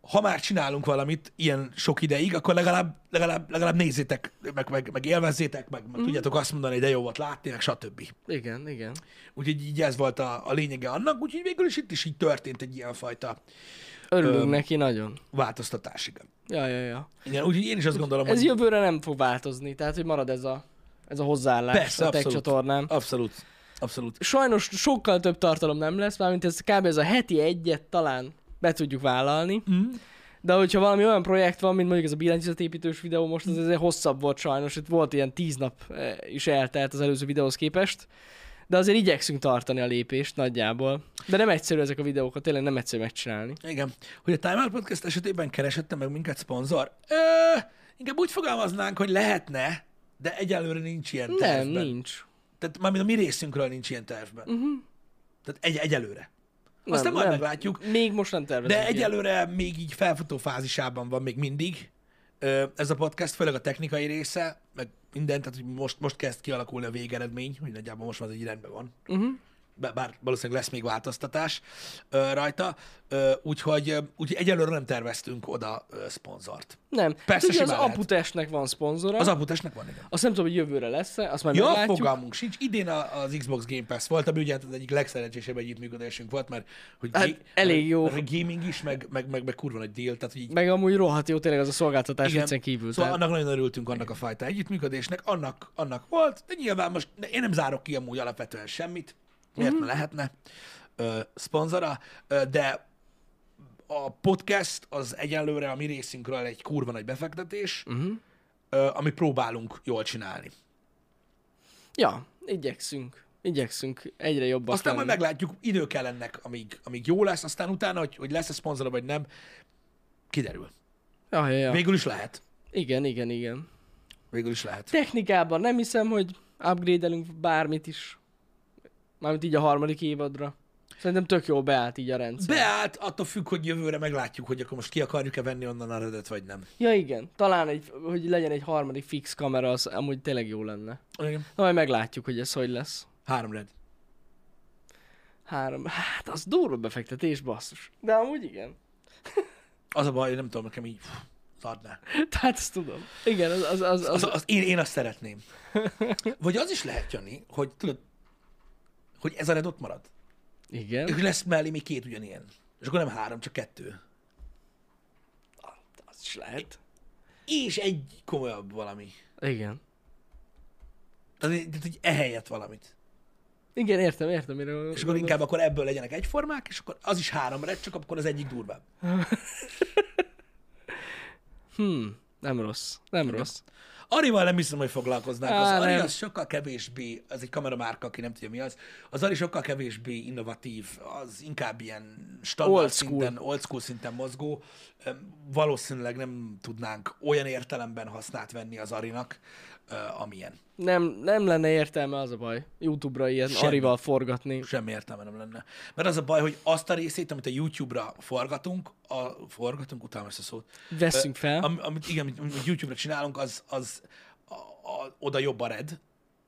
Speaker 1: ha már csinálunk valamit ilyen sok ideig, akkor legalább, legalább, legalább nézzétek, meg, meg, meg élvezzétek, meg, meg mm. tudjátok azt mondani, hogy de jó volt látni, meg stb.
Speaker 2: Igen, igen.
Speaker 1: Úgyhogy így ez volt a, a lényege annak, úgyhogy végül is itt is így történt egy ilyen fajta
Speaker 2: Örülünk öm, neki nagyon.
Speaker 1: Változtatás, igen.
Speaker 2: Ja, ja, ja.
Speaker 1: Igen, úgyhogy én is azt gondolom,
Speaker 2: ez
Speaker 1: hogy...
Speaker 2: jövőre nem fog változni, tehát hogy marad ez a, ez a hozzáállás
Speaker 1: Persze,
Speaker 2: a tech csatornán.
Speaker 1: Abszolút. Abszolút.
Speaker 2: Sajnos sokkal több tartalom nem lesz, mármint ez kb. Ez a heti egyet talán be tudjuk vállalni. Mm. De hogyha valami olyan projekt van, mint mondjuk ez a billentyűzetépítős videó, most az azért hosszabb volt sajnos, itt volt ilyen tíz nap is eltelt az előző videóhoz képest, de azért igyekszünk tartani a lépést nagyjából. De nem egyszerű ezek a videókat, tényleg nem egyszerű megcsinálni.
Speaker 1: Igen. Hogy a Time Out Podcast esetében keresette meg minket szponzor? Ö, inkább úgy fogalmaznánk, hogy lehetne, de egyelőre nincs ilyen tervben.
Speaker 2: Nem, nincs.
Speaker 1: Tehát mármint a mi részünkről nincs ilyen tervben. Uh-huh. Tehát egy, egyelőre. Aztán nem, majd nem. meglátjuk.
Speaker 2: Még most nem tervezünk.
Speaker 1: De egyelőre ilyen. Még így felfutó fázisában van még mindig ez a podcast, főleg a technikai része, meg minden, tehát hogy most, most kezd kialakulni a végeredmény, hogy nagyjából most már egy rendben van. Uh-huh. Bár valószínűleg lesz még változtatás uh, rajta, uh, úgyhogy, uh, úgyhogy egyelőre nem terveztünk oda uh, szponzort.
Speaker 2: Nem.
Speaker 1: Persze
Speaker 2: Ugye az
Speaker 1: lehet.
Speaker 2: Aputestnek van szponzora.
Speaker 1: Az Aputestnek van, igen.
Speaker 2: Azt nem tudom, hogy jövőre lesz-e, azt majd
Speaker 1: ja,
Speaker 2: meglátjuk.
Speaker 1: fogalmunk sincs. Idén az Xbox Game Pass volt, ami ugye az egyik legszerencsésebb együttműködésünk volt, mert hogy
Speaker 2: hát,
Speaker 1: g-
Speaker 2: elég jó.
Speaker 1: Mert gaming is, meg, meg, meg, meg kurva nagy deal. Tehát, hogy így...
Speaker 2: Meg amúgy rohadt jó tényleg az a szolgáltatás viccen kívül.
Speaker 1: Szóval
Speaker 2: tehát...
Speaker 1: annak nagyon örültünk annak a fajta együttműködésnek, annak, annak volt, de nyilván most én nem zárok ki amúgy alapvetően semmit, miért uh-huh. ne lehetne uh, szponzora, uh, de a podcast az egyelőre a mi részünkről egy kurva nagy befektetés, uh-huh. uh, ami próbálunk jól csinálni.
Speaker 2: Ja, igyekszünk. Igyekszünk egyre jobban.
Speaker 1: Aztán lenni. Majd meglátjuk, idő kell ennek, amíg, amíg jó lesz, aztán utána, hogy, hogy lesz-e szponzora vagy nem, kiderül.
Speaker 2: Ja, ja, ja.
Speaker 1: Végül is lehet.
Speaker 2: Igen, igen, igen.
Speaker 1: Végül is lehet.
Speaker 2: Technikában nem hiszem, hogy upgrade-elünk bármit is. Mármint így a harmadik évadra. Szerintem tök jól beállt így a rendszer.
Speaker 1: Beállt, attól függ, hogy jövőre meglátjuk, hogy akkor most ki akarjuk-e venni onnan a redet, vagy nem.
Speaker 2: Ja igen, talán egy, hogy legyen egy harmadik fix kamera, az amúgy tényleg jó lenne.
Speaker 1: Igen.
Speaker 2: Na majd meglátjuk, hogy ez hogy lesz.
Speaker 1: Három red.
Speaker 2: Három, hát az durva befektetés, basszus. De amúgy igen.
Speaker 1: Az a baj, hogy nem tudom, nekem így adná.
Speaker 2: Tehát ezt tudom. Igen, az... az, az, az...
Speaker 1: az, az én, én azt szeretném. Vagy az is lehet, Jani, hogy tudod, hogy ez a red ott marad.
Speaker 2: Igen.
Speaker 1: És lesz mellé még két ugyanilyen. És akkor nem három, csak kettő.
Speaker 2: Az is lehet.
Speaker 1: És egy komolyabb valami.
Speaker 2: Igen.
Speaker 1: Tehát, tehát hogy ehelyett valamit.
Speaker 2: Igen, értem, értem. Mire
Speaker 1: és
Speaker 2: gondolsz.
Speaker 1: akkor inkább akkor ebből legyenek egyformák, és akkor az is három red, csak akkor az egyik durvább.
Speaker 2: hmm, nem rossz. Nem
Speaker 1: Igen.
Speaker 2: rossz.
Speaker 1: Arival nem hiszem, hogy foglalkoznánk. Az
Speaker 2: Á,
Speaker 1: Ari
Speaker 2: nem.
Speaker 1: az sokkal kevésbé, az egy kameramárka, aki nem tudja mi az, az Ari sokkal kevésbé innovatív, az inkább ilyen standard
Speaker 2: Old school.
Speaker 1: szinten, old school szinten mozgó. Öm, Valószínűleg nem tudnánk olyan értelemben hasznát venni az Arinak, ö, amilyen.
Speaker 2: Nem, nem lenne értelme, az a baj. YouTube-ra ilyen
Speaker 1: Semmi.
Speaker 2: Arival forgatni.
Speaker 1: Semmi értelme nem lenne. Mert az a baj, hogy azt a részét, amit a YouTube-ra forgatunk, a, forgatunk, utálom ezt a szót.
Speaker 2: Vesszünk fel.
Speaker 1: Am, amit, igen, amit, amit YouTube-ra csinálunk, az, az a, a, oda jobb a red.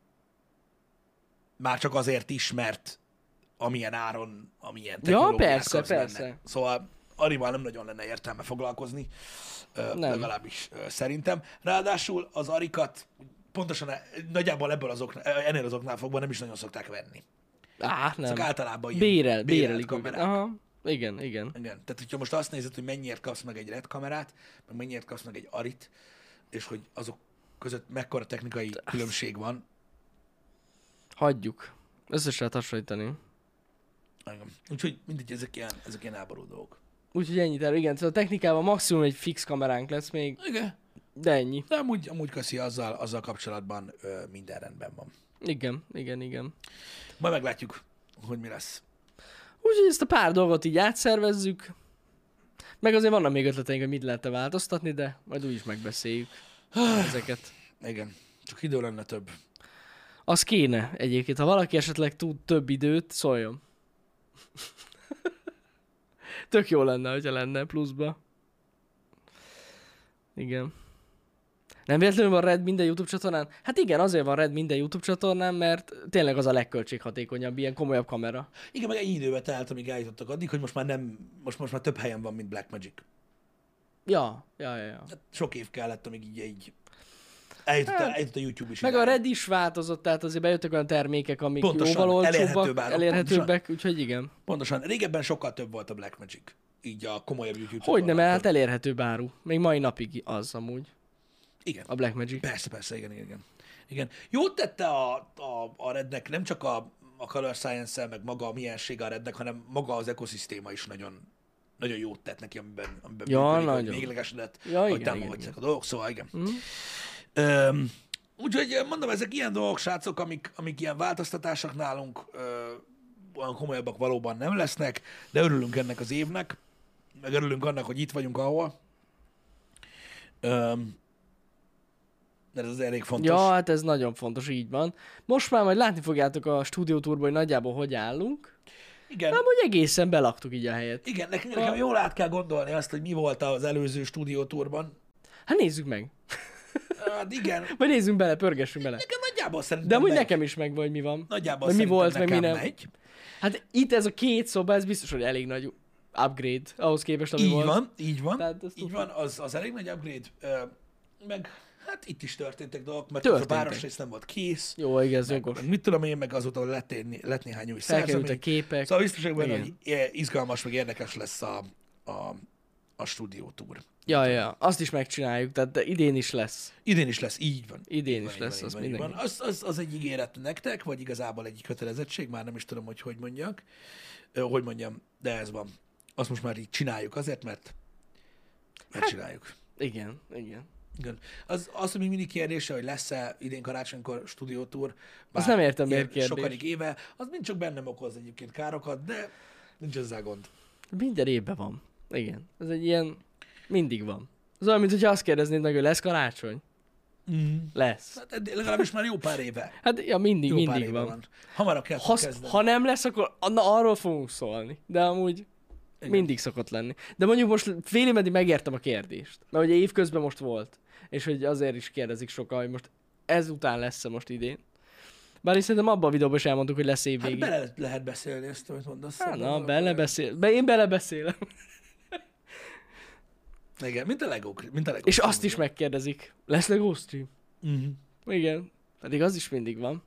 Speaker 1: Már csak azért is, mert amilyen áron, amilyen technológiák
Speaker 2: persze,
Speaker 1: kapsz
Speaker 2: persze.
Speaker 1: benne. Szóval Arival nem nagyon lenne értelme foglalkozni, nem. legalábbis szerintem. Ráadásul az Arikat pontosan nagyjából ebből az oknál, ennél az oknál fogva nem is nagyon szokták venni.
Speaker 2: Á, nem.
Speaker 1: Ezek általában ilyen
Speaker 2: Bérel,
Speaker 1: bérelt
Speaker 2: bérelik őket.
Speaker 1: kamerák.
Speaker 2: Aha. Igen, igen.
Speaker 1: Igen. Tehát, hogyha most azt nézed, hogy mennyiért kapsz meg egy red kamerát, meg mennyiért kapsz meg egy Arit, és hogy azok között mekkora technikai különbség van.
Speaker 2: Hagyjuk. Összes lehet hasonlítani.
Speaker 1: Igen. Úgyhogy mindegy, ezek ilyen, ezek ilyen áború dolgok.
Speaker 2: Úgyhogy ennyit erről, igen. Szóval a technikában maximum egy fix kameránk lesz még,
Speaker 1: Igen.
Speaker 2: de ennyi.
Speaker 1: De amúgy, amúgy köszi, azzal, azzal kapcsolatban ö, minden rendben van.
Speaker 2: Igen, igen, igen.
Speaker 1: Majd meglátjuk, hogy mi lesz.
Speaker 2: Úgyhogy ezt a pár dolgot így átszervezzük. Meg azért vannak még ötleteink, hogy mit lehetne változtatni, de majd úgyis megbeszéljük ezeket.
Speaker 1: Igen, csak idő lenne több.
Speaker 2: Az kéne egyébként, ha valaki esetleg tud több időt, szóljon. Tök jó lenne, hogyha lenne pluszba. Igen. Nem véletlenül van Red minden YouTube csatornán? Hát igen, azért van Red minden YouTube csatornán, mert tényleg az a legköltséghatékonyabb, ilyen komolyabb kamera.
Speaker 1: Igen, meg egy időbe telt, amíg eljutottak addig, hogy most már nem, most, most már több helyen van, mint Blackmagic.
Speaker 2: Ja, ja, ja. ja.
Speaker 1: Hát sok év kellett, amíg így, így eljutott, hát, eljutott a YouTube is.
Speaker 2: Meg
Speaker 1: idáig.
Speaker 2: a Red is változott, tehát azért bejöttek olyan termékek, amik
Speaker 1: Pontosan,
Speaker 2: jóval
Speaker 1: elérhetőbb
Speaker 2: olcsóbbak,
Speaker 1: áron,
Speaker 2: elérhetőbbek,
Speaker 1: pontosan.
Speaker 2: úgyhogy igen.
Speaker 1: Pontosan. Régebben sokkal több volt a Blackmagic. Így a komolyabb YouTube
Speaker 2: Hogy nem,
Speaker 1: csatornákon.
Speaker 2: hát elérhetőbb áru. Még mai napig az amúgy,
Speaker 1: Igen.
Speaker 2: a Blackmagic.
Speaker 1: Persze, persze, igen, igen. igen. Jót tette a, a, a Rednek nem csak a, a Color Science-el, meg maga a miensége a Rednek, hanem maga az ekoszisztéma is nagyon, nagyon jót tett neki, amiben, amiben
Speaker 2: Ja,
Speaker 1: működik, hogy
Speaker 2: nagyon.
Speaker 1: véglegesedett,
Speaker 2: Ja,
Speaker 1: hogy
Speaker 2: igen,
Speaker 1: támogatják
Speaker 2: igen,
Speaker 1: a dolgok, szóval igen.
Speaker 2: Mhm.
Speaker 1: Öm, úgyhogy mondom, ezek ilyen dolgok, srácok, amik, amik ilyen változtatások nálunk ö, olyan komolyabbak valóban nem lesznek, de örülünk ennek az évnek, meg örülünk annak, hogy itt vagyunk ahol. Öm, mert ez elég fontos.
Speaker 2: Ja, hát ez nagyon fontos, így van. Most már majd látni fogjátok a stúdiótúrban, hogy nagyjából hogy állunk.
Speaker 1: Igen,
Speaker 2: Nem, hogy egészen belaktuk így a helyet.
Speaker 1: igen, nekem, nekem jól át kell gondolni azt, hogy mi volt az előző stúdiótúrban.
Speaker 2: Hát nézzük meg.
Speaker 1: Hát igen,
Speaker 2: Vagy nézzünk bele, pörgessünk bele.
Speaker 1: nekem nagyjából szerintem
Speaker 2: De amúgy
Speaker 1: megy.
Speaker 2: nekem is meg vagy mi van.
Speaker 1: Nagyjából
Speaker 2: Vagy mi
Speaker 1: szerintem
Speaker 2: volt, meg mi
Speaker 1: nekem
Speaker 2: nem.
Speaker 1: megy.
Speaker 2: Hát itt ez a két szoba, ez biztos, hogy elég nagy upgrade ahhoz képest, ami
Speaker 1: Így
Speaker 2: volt.
Speaker 1: van, így van,
Speaker 2: Tehát ezt
Speaker 1: így
Speaker 2: tudjuk.
Speaker 1: van, az, az elég nagy upgrade. Ö, meg hát itt is történtek dolgok, mert
Speaker 2: Történtek.
Speaker 1: az a városrész nem volt kész.
Speaker 2: Jó, igaz,
Speaker 1: Meg,
Speaker 2: jogos.
Speaker 1: meg mit tudom én, meg azóta lett, né- lett néhány új
Speaker 2: Felkerültek
Speaker 1: szerzemény.
Speaker 2: képek.
Speaker 1: Szóval biztos vagyok benne,
Speaker 2: Igen.
Speaker 1: hogy izgalmas, meg érdekes lesz a, a, a stúdiótúr.
Speaker 2: Ja, ja, azt is megcsináljuk, tehát de idén is lesz.
Speaker 1: Idén is lesz, így van.
Speaker 2: Idén
Speaker 1: Így
Speaker 2: is
Speaker 1: van,
Speaker 2: lesz,
Speaker 1: így
Speaker 2: az
Speaker 1: van, így van,
Speaker 2: mindenki.
Speaker 1: Az, az, az egy ígéret nektek, vagy igazából egy kötelezettség, már nem is tudom, hogy hogy mondjak. Ö, hogy mondjam, de ez van. Azt most már így csináljuk azért, mert megcsináljuk.
Speaker 2: Igen, igen.
Speaker 1: Igen. Az, az, hogy még mindig kérdése, hogy lesz-e idén karácsonykor stúdiótúr,
Speaker 2: Azt nem értem,
Speaker 1: ilyen
Speaker 2: miért kérdés.
Speaker 1: sokadik éve, az mind csak bennem okoz egyébként károkat, de nincs ezzel gond.
Speaker 2: Minden évben van. Igen. Ez egy ilyen... Mindig van. Az olyan, mint hogyha azt kérdeznéd meg, hogy lesz karácsony?
Speaker 1: Mm.
Speaker 2: Lesz.
Speaker 1: Hát eddig legalábbis már jó pár éve.
Speaker 2: Hát ja, mindig,
Speaker 1: Jó pár
Speaker 2: mindig
Speaker 1: éve
Speaker 2: van.
Speaker 1: van. Hamarabb kell
Speaker 2: Ha,
Speaker 1: kezdeni.
Speaker 2: ha nem lesz, akkor na, arról fogunk szólni. De amúgy
Speaker 1: Igen.
Speaker 2: mindig szokott lenni. De mondjuk most félig meddig megértem a kérdést. Mert ugye évközben most volt. És hogy azért is kérdezik sokan, hogy most ezután lesz-e most idén. Bár én szerintem abban a videóban is elmondtuk, hogy lesz
Speaker 1: Hát
Speaker 2: évvégén.
Speaker 1: bele lehet beszélni ezt, amit mondasz.
Speaker 2: Hát,
Speaker 1: Szerintem
Speaker 2: na,
Speaker 1: valami-
Speaker 2: belebeszél. Be, én belebeszélem.
Speaker 1: Igen, mint a Lego. Mint a Lego
Speaker 2: És azt is megkérdezik. Lesz Lego stream?
Speaker 1: Uh-huh.
Speaker 2: Igen. Pedig az is mindig van.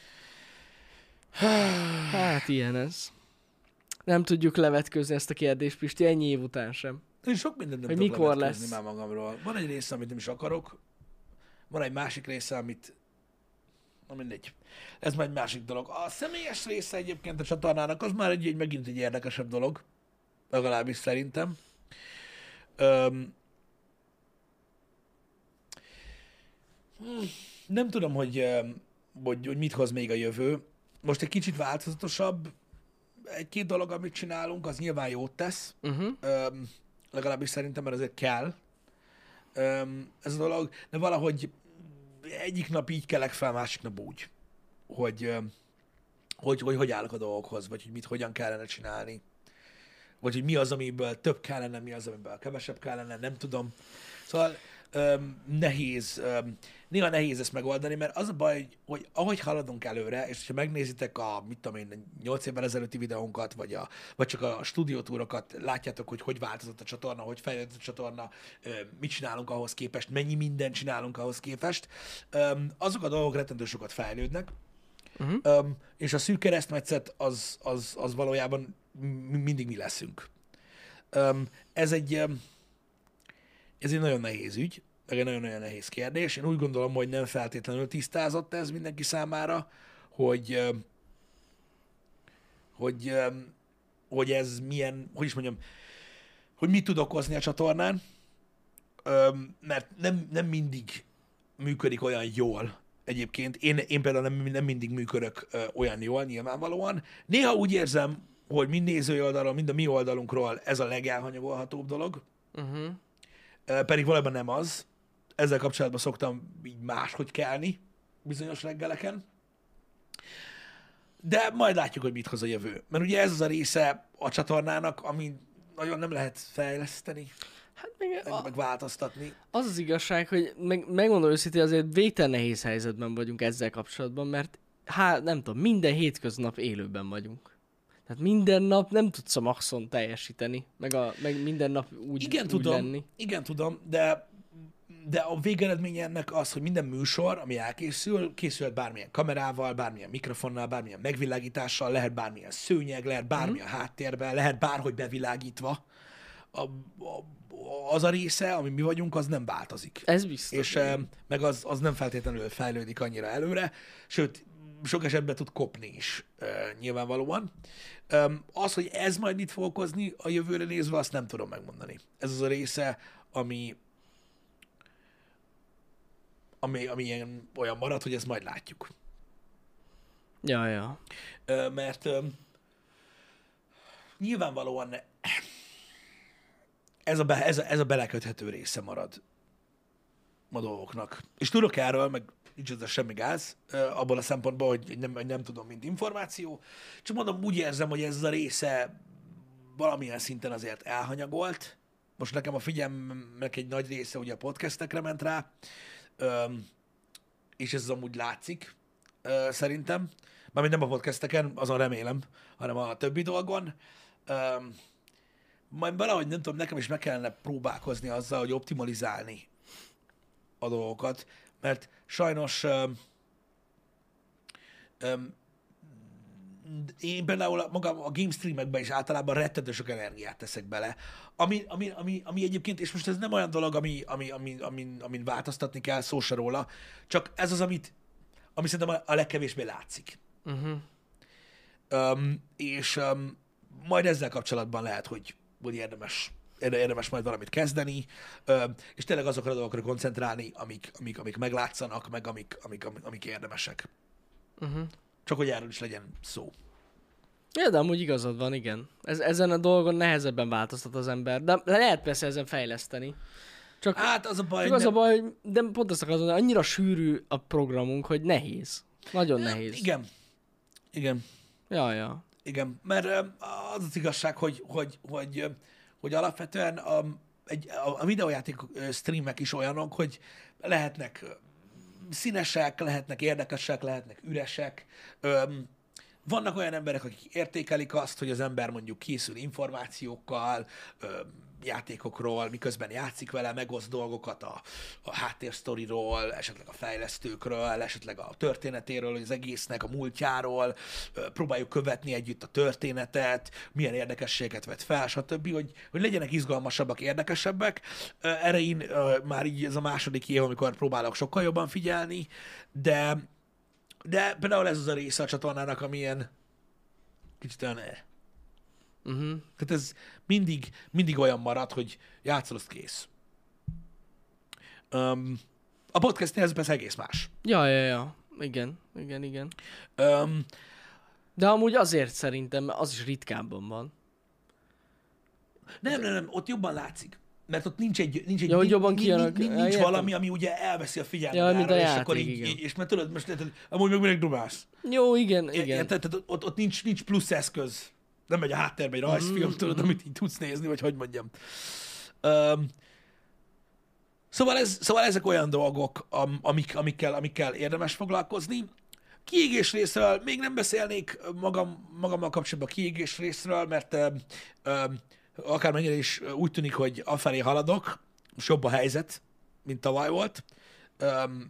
Speaker 2: Hát ilyen ez. Nem tudjuk levetközni ezt a kérdést, Pisti, ennyi év után sem.
Speaker 1: Én sok mindent nem
Speaker 2: Hogy
Speaker 1: tudok
Speaker 2: mikor
Speaker 1: levetközni
Speaker 2: lesz.
Speaker 1: már magamról. Van egy része, amit nem is akarok. Van egy másik része, amit... Na mindegy. Ez már egy másik dolog. A személyes része egyébként a csatornának, az már egy, egy megint egy érdekesebb dolog. Legalábbis szerintem. Öm... Hmm, Nem tudom, hogy, öm, hogy, hogy mit hoz még a jövő. Most egy kicsit változatosabb. Egy-két dolog, amit csinálunk, az nyilván jót tesz.
Speaker 2: Uh-huh.
Speaker 1: Öm, legalábbis szerintem, mert azért kell öm, ez a dolog, de valahogy egyik nap így kelek fel, másik nap úgy, hogy, öm, hogy, hogy hogy állok a dolgokhoz, vagy hogy mit hogyan kellene csinálni, vagy hogy mi az, amiből több kellene, mi az, amiből kevesebb kellene, nem tudom. Szóval öm, nehéz, öm, néha nehéz ezt megoldani, mert az a baj, hogy, hogy ahogy haladunk előre, és ha megnézitek a, mit tudom én, nyolc évvel ezelőtti videónkat, vagy, a, vagy csak a stúdiótúrokat, látjátok, hogy hogy változott a csatorna, hogy fejlődött a csatorna, öm, mit csinálunk ahhoz képest, mennyi mindent csinálunk ahhoz képest. Öm, azok a dolgok rettentő sokat fejlődnek,
Speaker 2: Uh-huh.
Speaker 1: öm, és a szűk keresztmetszet az, az, az valójában mi- mindig mi leszünk. Öm, ez egy... öm, Ez egy nagyon nehéz ügy, meg egy nagyon-nagyon nehéz kérdés. Én úgy gondolom, hogy nem feltétlenül tisztázott ez mindenki számára, hogy, ö, hogy, ö, hogy ez milyen, hogy is mondjam, hogy mit tud okozni a csatornán, Ö, mert nem, nem mindig működik olyan jól egyébként. Én, én például nem, nem mindig működök ö, olyan jól, nyilvánvalóan. Néha úgy érzem, hogy mind nézői oldalon, mind a mi oldalunkról ez a legelhanyagolhatóbb dolog,
Speaker 2: Uh-huh.
Speaker 1: Ö, pedig valójában nem az. Ezzel kapcsolatban szoktam így máshogy kelni bizonyos reggeleken. De majd látjuk, hogy mit hoz a jövő. Mert ugye ez az a része a csatornának, ami nagyon nem lehet fejleszteni,
Speaker 2: Hát meg
Speaker 1: meg,
Speaker 2: a,
Speaker 1: meg változtatni.
Speaker 2: az az igazság, hogy meg, megmondom őszintén, azért végtelen nehéz helyzetben vagyunk ezzel kapcsolatban, mert hát nem tudom, minden hétköznap élőben vagyunk. Tehát minden nap nem tudsz a maxon teljesíteni, meg, a, meg minden nap úgy,
Speaker 1: Igen,
Speaker 2: úgy
Speaker 1: tudom,
Speaker 2: lenni.
Speaker 1: igen, tudom, de, de a végeredmény ennek az, hogy minden műsor, ami elkészül, készülhet bármilyen kamerával, bármilyen mikrofonnal, bármilyen megvilágítással, lehet bármilyen szőnyeg, lehet bármi a háttérben, lehet bárhogy bevilágítva. A, a, az a része, ami mi vagyunk, az nem változik.
Speaker 2: Ez biztos.
Speaker 1: És eh, meg az, az nem feltétlenül fejlődik annyira előre, sőt, sok esetben tud kopni is eh, nyilvánvalóan. Um, az, hogy ez majd mit fog okozni a jövőre nézve, azt nem tudom megmondani. Ez az a része, ami ami, ami ilyen, olyan marad, hogy ezt majd látjuk.
Speaker 2: Ja, ja.
Speaker 1: Uh, mert um, nyilvánvalóan ez a, be, ez, a, ez a beleköthető része marad a dolgoknak. És tudok erről, meg nincs ezzel semmi gáz, uh, abból a szempontból, hogy nem, nem tudom, mint információ. Csak mondom, úgy érzem, hogy ez a része valamilyen szinten azért elhanyagolt. Most nekem a figyelmnek egy nagy része ugye a podcastekre ment rá, um, és ez amúgy látszik, uh, szerintem. Mármint nem a podcasteken, azon remélem, hanem a többi dolgon. Um, majd valahogy, nem tudom, nekem is meg kellene próbálkozni azzal, hogy optimalizálni a dolgokat, mert sajnos um, um, én például magam a game streamekben is általában rettető sok energiát teszek bele, ami, ami, ami, ami egyébként, és most ez nem olyan dolog, ami, ami, ami, amin, amin változtatni kell, szó se róla, csak ez az, amit, ami szerintem a, a legkevésbé látszik.
Speaker 2: Uh-huh.
Speaker 1: Um, és um, majd ezzel kapcsolatban lehet, hogy, hogy érdemes, érdemes majd valamit kezdeni, um, és tényleg azokra a dolgokra koncentrálni, amik, amik, amik meglátszanak, meg amik, amik, amik, amik érdemesek.
Speaker 2: Uh-huh.
Speaker 1: Csak hogy erről is legyen szó.
Speaker 2: Ja, de amúgy igazad van, igen. Ez, ezen a dolgon nehezebben változtat az ember, de lehet persze ezen fejleszteni. Csak,
Speaker 1: Hát az a baj,
Speaker 2: csak az
Speaker 1: nem...
Speaker 2: a baj, hogy de pont azt akarom mondani, annyira sűrű a programunk, hogy nehéz. Nagyon nehéz.
Speaker 1: Igen. Igen.
Speaker 2: Ja, ja.
Speaker 1: Igen. Mert um, az az igazság, hogy, hogy, hogy, um, hogy alapvetően a, egy, a, a videójáték streamek is olyanok, hogy lehetnek színesek, lehetnek érdekesek, lehetnek üresek. Um, vannak olyan emberek, akik értékelik azt, hogy az ember mondjuk készül információkkal, um, játékokról, miközben játszik vele, megoszt dolgokat a, a háttérsztoriról, esetleg a fejlesztőkről, esetleg a történetéről, az egésznek, a múltjáról, próbáljuk követni együtt a történetet, milyen érdekességet vet fel, stb., hogy, hogy legyenek izgalmasabbak, érdekesebbek. Erre én már így ez a második év, amikor próbálok sokkal jobban figyelni, de, de például ez az a része a csatornának, amilyen kicsit olyan
Speaker 2: Uh-huh.
Speaker 1: Tehát ez mindig, mindig olyan marad, hogy játszol, azt kész. Um, a podcastnél ez persze egész más.
Speaker 2: Ja, ja, ja. Igen, igen, igen.
Speaker 1: Um,
Speaker 2: De amúgy azért szerintem az is ritkábban van.
Speaker 1: nem, nem, nem, ott jobban látszik. Mert ott nincs egy, nincs egy
Speaker 2: Ja, hogy jobban
Speaker 1: nincs,
Speaker 2: kijönnek.
Speaker 1: nincs,
Speaker 2: Ja,
Speaker 1: nincs
Speaker 2: értem.
Speaker 1: valami, ami ugye elveszi a figyelmet
Speaker 2: Ja, mint a
Speaker 1: és
Speaker 2: játék,
Speaker 1: akkor így,
Speaker 2: igen.
Speaker 1: így, és mert tudod, most érted, amúgy meg minek dumálsz.
Speaker 2: Jó, igen,
Speaker 1: Igen.
Speaker 2: igen.
Speaker 1: Tehát ott, ott, ott nincs, nincs plusz eszköz. Nem megy a háttérbe egy rajzfilm,
Speaker 2: Mm,
Speaker 1: tudod,
Speaker 2: mm.
Speaker 1: amit így tudsz nézni, vagy hogy mondjam. Um, szóval, ez, szóval ezek olyan dolgok, am, amik, amikkel, amikkel érdemes foglalkozni. Kiégés részről még nem beszélnék magam, magammal kapcsolatban a kiégés részről, mert um, um, akármennyire is úgy tűnik, hogy afelé haladok, most jobb a helyzet, mint tavaly volt. Um,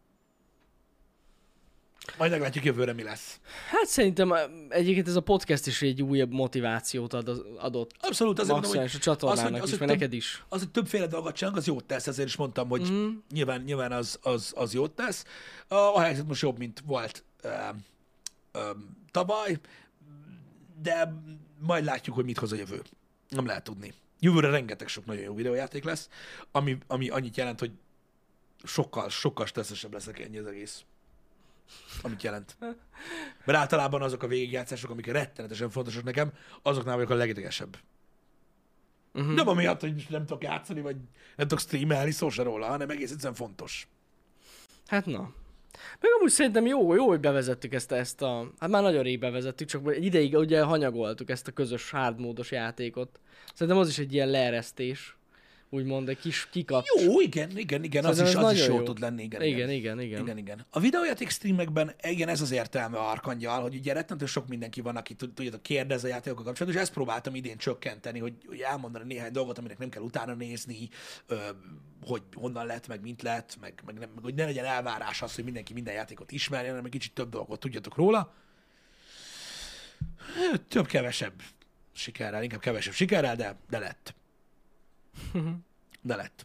Speaker 1: majd meglátjuk jövőre, mi lesz.
Speaker 2: Hát szerintem egyébként ez a podcast is egy újabb motivációt ad, adott.
Speaker 1: Abszolút, azért mondom,
Speaker 2: Maximális
Speaker 1: hogy
Speaker 2: a csatornának
Speaker 1: az, hogy- az,
Speaker 2: is,
Speaker 1: hogy
Speaker 2: mert
Speaker 1: több-
Speaker 2: neked is.
Speaker 1: az, hogy többféle dolgot csinálunk, az jót tesz, ezért is mondtam, hogy
Speaker 2: Mm.
Speaker 1: nyilván, nyilván az, az, az jót tesz. A, a helyzet most jobb, mint volt ö, ö, tavaly, de majd látjuk, hogy mit hoz a jövő. Nem lehet tudni. Jövőre rengeteg sok nagyon jó videójáték lesz, ami, ami annyit jelent, hogy sokkal, sokkal stresszesebb leszek ennyi az egész. Amit jelent. Mert általában azok a végigjátszások, amik rettenetesen fontosak nekem, azoknál vagyok a legidegesebb.
Speaker 2: Uh-huh.
Speaker 1: Nem amiatt, hogy nem tudok játszani, vagy nem tudok streamelni, szó se róla, hanem egész egyszerűen fontos.
Speaker 2: Hát na. Meg amúgy szerintem jó, jó, hogy bevezettük ezt, ezt a... Hát már nagyon rég bevezettük, csak egy ideig ugye hanyagoltuk ezt a közös hard módos játékot. Szerintem az is egy ilyen leeresztés. úgymond egy kis kikapcs.
Speaker 1: Jó, igen, igen, igen, az
Speaker 2: Szerintem
Speaker 1: is,
Speaker 2: ez
Speaker 1: az is
Speaker 2: nagyon
Speaker 1: jó
Speaker 2: jó.
Speaker 1: tud lenni, igen,
Speaker 2: Igen, igen, igen.
Speaker 1: Igen, igen. A videójáték streamekben, igen, ez az értelme a Arkangyal, hogy ugye rettentő sok mindenki van, aki tud- tudjátok, kérdez a játékokkal kapcsolatban, és ezt próbáltam idén csökkenteni, hogy, hogy elmondani néhány dolgot, aminek nem kell utána nézni, ö, hogy honnan lett, meg mint lett, meg, meg, nem, meg hogy ne legyen elvárás az, hogy mindenki minden játékot ismerjen, hanem egy kicsit több dolgot tudjatok róla. Több-kevesebb sikerrel, inkább kevesebb sikerrel, de, de lett. De lett.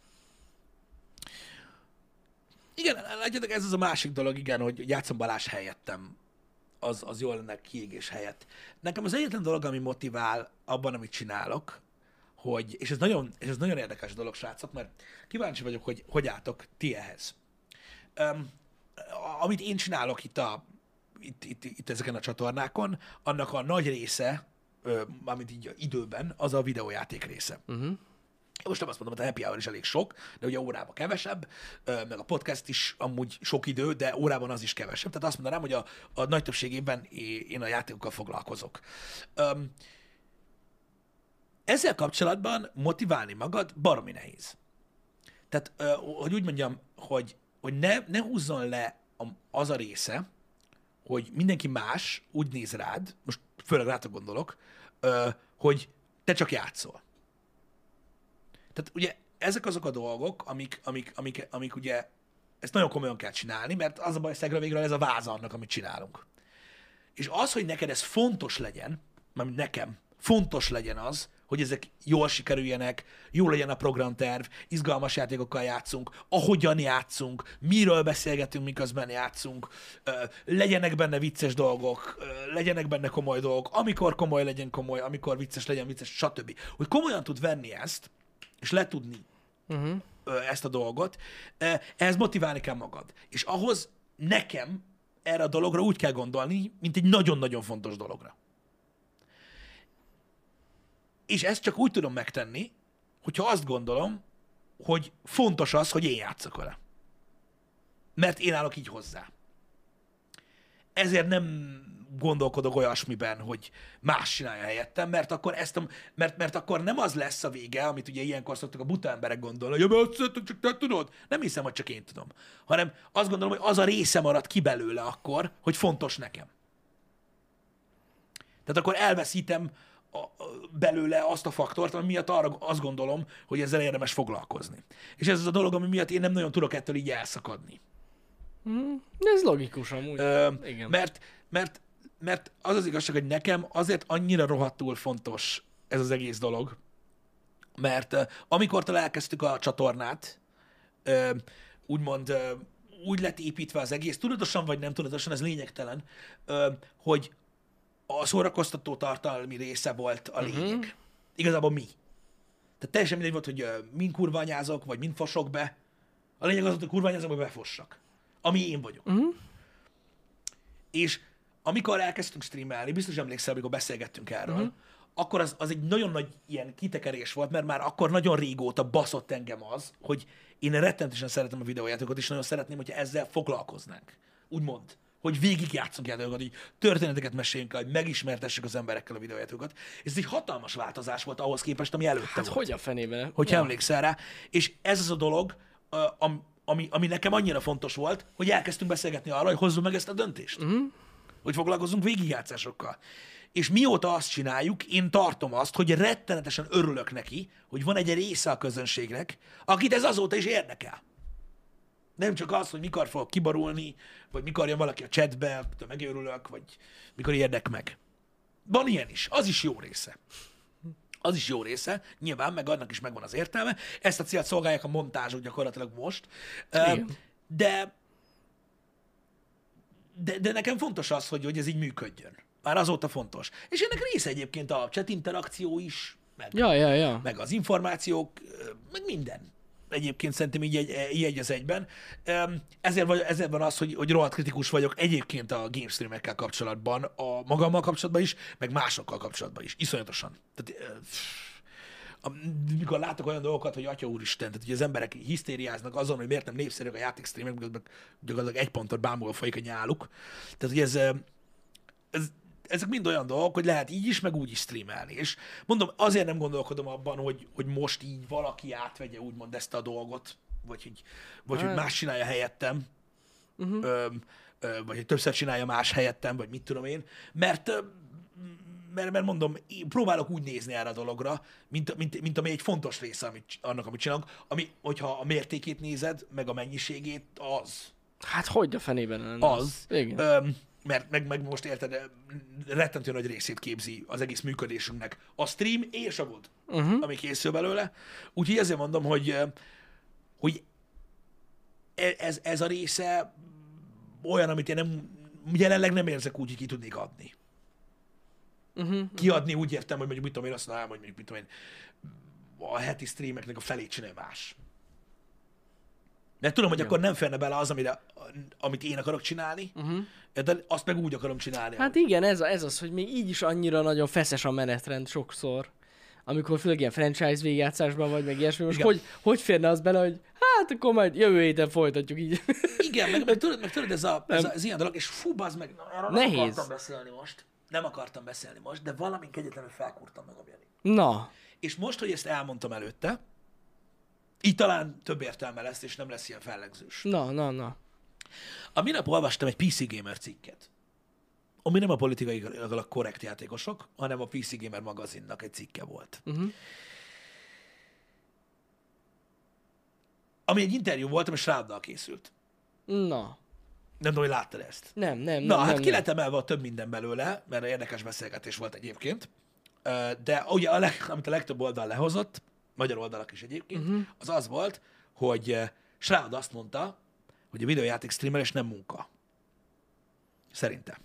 Speaker 1: Igen, látjátok, ez az a másik dolog, igen, hogy játszom Balázs helyettem. Az, az jól lenne kiégés helyett. Nekem az egyetlen dolog, ami motivál abban, amit csinálok, hogy, és ez nagyon, és ez nagyon érdekes dolog, srácok, mert kíváncsi vagyok, hogy hogy álltok ti ehhez. Um, amit én csinálok itt, a, itt, itt, itt ezeken a csatornákon, annak a nagy része, amit így időben, az a videójáték része.
Speaker 2: Uh-huh.
Speaker 1: Most nem azt mondom, hogy a happy hour is elég sok, de ugye órában kevesebb, meg a podcast is amúgy sok idő, de órában az is kevesebb. Tehát azt mondanám, hogy a, a nagy többségében én a játékokkal foglalkozok. Um, ezzel kapcsolatban motiválni magad baromi nehéz. Tehát, hogy úgy mondjam, hogy, hogy ne, ne húzzon le az a része, hogy mindenki más úgy néz rád, most főleg rátok gondolok, hogy te csak játszol. Tehát ugye ezek azok a dolgok, amik, amik, amik, amik ugye ezt nagyon komolyan kell csinálni, mert az a baj, szegre végre ez a váza annak, amit csinálunk. És az, hogy neked ez fontos legyen, mert nekem fontos legyen az, hogy ezek jól sikerüljenek, jó legyen a programterv, izgalmas játékokkal játszunk, ahogyan játszunk, miről beszélgetünk, miközben játszunk, legyenek benne vicces dolgok, legyenek benne komoly dolgok, amikor komoly legyen komoly, amikor vicces legyen vicces, stb. Hogy komolyan tud venni ezt, és letudni uh-huh. ezt a dolgot, ehhez motiválni kell magad. És ahhoz nekem erre a dologra úgy kell gondolni, mint egy nagyon-nagyon fontos dologra. És ezt csak úgy tudom megtenni, hogyha azt gondolom, hogy fontos az, hogy én játszok vele. Mert én állok így hozzá. Ezért nem gondolkodok olyasmiben, hogy más csinálja helyettem, mert akkor, ezt a, mert, mert akkor nem az lesz a vége, amit ugye ilyenkor szoktak a buta emberek gondolni, hogy ja, csak te tudod. Nem hiszem, hogy csak én tudom. Hanem azt gondolom, hogy az a része marad ki belőle akkor, hogy fontos nekem. Tehát akkor elveszítem a, a, belőle azt a faktort, ami miatt arra azt gondolom, hogy ezzel érdemes foglalkozni. És ez az a dolog, ami miatt én nem nagyon tudok ettől így elszakadni.
Speaker 2: Mm, ez logikus amúgy.
Speaker 1: Ö,
Speaker 2: Igen.
Speaker 1: Mert, mert, mert az az igazság, hogy nekem azért annyira rohadtul fontos ez az egész dolog, mert uh, amikor elkezdtük a csatornát, uh, úgymond uh, úgy lett építve az egész, tudatosan vagy nem tudatosan, ez lényegtelen, uh, hogy a szórakoztató tartalmi része volt a lényeg. Uh-huh. Igazából mi. Tehát teljesen mindegy volt, hogy uh, min kurványázok, vagy min fosok be. A lényeg az volt, hogy kurványázok, vagy befossak. Ami én vagyok. Uh-huh. És amikor elkezdtünk streamelni, biztos emlékszel, amikor beszélgettünk erről, uh-huh. akkor az, az egy nagyon nagy ilyen kitekerés volt, mert már akkor nagyon régóta baszott engem az, hogy én rettentősen szeretem a videójátékokat, és nagyon szeretném, hogyha ezzel foglalkoznánk. Úgymond. Hogy végigjátszunk játékokat, hogy történeteket meséljünk el, hogy megismertessük az emberekkel a videójátékokat. Ez egy hatalmas változás volt ahhoz képest, ami előtte
Speaker 2: Hát
Speaker 1: volt.
Speaker 2: hogy a fenében?
Speaker 1: Hogyha ja. emlékszel rá. És ez az a dolog, ami, ami nekem annyira fontos volt, hogy elkezdtünk beszélgetni arra, hogy hozzuk meg ezt a döntést. Uh-huh. Hogy foglalkozzunk végigjátszásokkal. És mióta azt csináljuk, én tartom azt, hogy rettenetesen örülök neki, hogy van egy része a közönségnek, akit ez azóta is érdekel. Nem csak az, hogy mikor fog kiborulni, vagy mikor jön valaki a chatbe, amitől megőrülök, vagy mikor érdek meg. Van ilyen is. Az is jó része. Az is jó része. Nyilván, meg annak is megvan az értelme. Ezt a célt szolgálják a montázsok gyakorlatilag most. Igen. De, de, de nekem fontos az, hogy, hogy ez így működjön. Már azóta fontos. És ennek része egyébként a chat interakció is, meg,
Speaker 2: ja, ja, ja.
Speaker 1: meg az információk, meg minden. Egyébként szerintem így egy, így egy az egyben. Ezért, vagy, ezért van az, hogy, hogy rohadt kritikus vagyok egyébként a game streamekkel kapcsolatban, a magammal kapcsolatban is, meg másokkal kapcsolatban is. Iszonyatosan. Tehát, mikor látok olyan dolgokat, hogy atya úristen, tehát hogy az emberek hisztériáznak azon, hogy miért nem népszerűek a játékstreamek, miközben gyakorlatilag egy pontot bámulva folyik a nyáluk. Tehát, hogy ez, ez ezek mind olyan dolgok, hogy lehet így is, meg úgy is streamelni. És mondom, azért nem gondolkodom abban, hogy, hogy most így valaki átvegye úgymond ezt a dolgot, vagy hogy, vagy hogy más csinálja helyettem, uh-huh. ö, ö, vagy hogy többször csinálja más helyettem, vagy mit tudom én, mert, mert, mert mondom, én próbálok úgy nézni erre a dologra, mint, mint, mint ami egy fontos része amit, annak, amit csinálunk, ami, hogyha a mértékét nézed, meg a mennyiségét, az.
Speaker 2: Hát hogy a fenében lenne
Speaker 1: az. Igen. Ö, mert meg, meg most érted, rettentő nagy részét képzi az egész működésünknek a stream és a vod, uh-huh. ami készül belőle. Úgyhogy ezért mondom, hogy, hogy ez, ez a része olyan, amit én nem, jelenleg nem érzek úgy, hogy ki tudnék adni. Uh-huh. Kiadni úgy értem, hogy mondjuk mit tudom én, azt mondanám, hogy mondjuk mit tudom én, a heti streameknek a felét csinálja más. Mert tudom, hogy ja. akkor nem férne bele az, amire, amit én akarok csinálni, uh-huh. de azt meg úgy akarom csinálni.
Speaker 2: Hát igen, ez, a, ez az, hogy még így is annyira nagyon feszes a menetrend sokszor, amikor főleg ilyen franchise végigjátszásban vagy, meg ilyesmi. Most hogy, hogy férne az bele, hogy hát akkor majd jövő héten folytatjuk így.
Speaker 1: Igen, meg, meg, tudod, meg tudod, ez, a, ez, a, ez ilyen dolog, és fú, bazd meg, arra nem
Speaker 2: Nehéz.
Speaker 1: akartam beszélni most. Nem akartam beszélni most, de valamint egyetlenül felkúrtam meg a Jani.
Speaker 2: Na.
Speaker 1: És most, hogy ezt elmondtam előtte, így talán több értelme lesz, és nem lesz ilyen fellegzős.
Speaker 2: Na, na, na.
Speaker 1: A minap olvastam egy pé cé Gamer cikket, ami nem a politikailag korrekt játékosok, hanem a pé cé Gamer magazinnak egy cikke volt. Uh-huh. Ami egy interjú volt, ami Shrouddal készült.
Speaker 2: Na.
Speaker 1: Nem tudom, hogy láttad ezt.
Speaker 2: Nem, nem,
Speaker 1: Na,
Speaker 2: nem.
Speaker 1: hát
Speaker 2: nem,
Speaker 1: ki lett emelve a több minden belőle, mert érdekes beszélgetés volt egyébként. De ugye, a leg, amit a legtöbb oldal lehozott, magyar oldalak is egyébként, uh-huh. az az volt, hogy Shroud azt mondta, hogy a videójáték streamelés nem munka. Szerintem.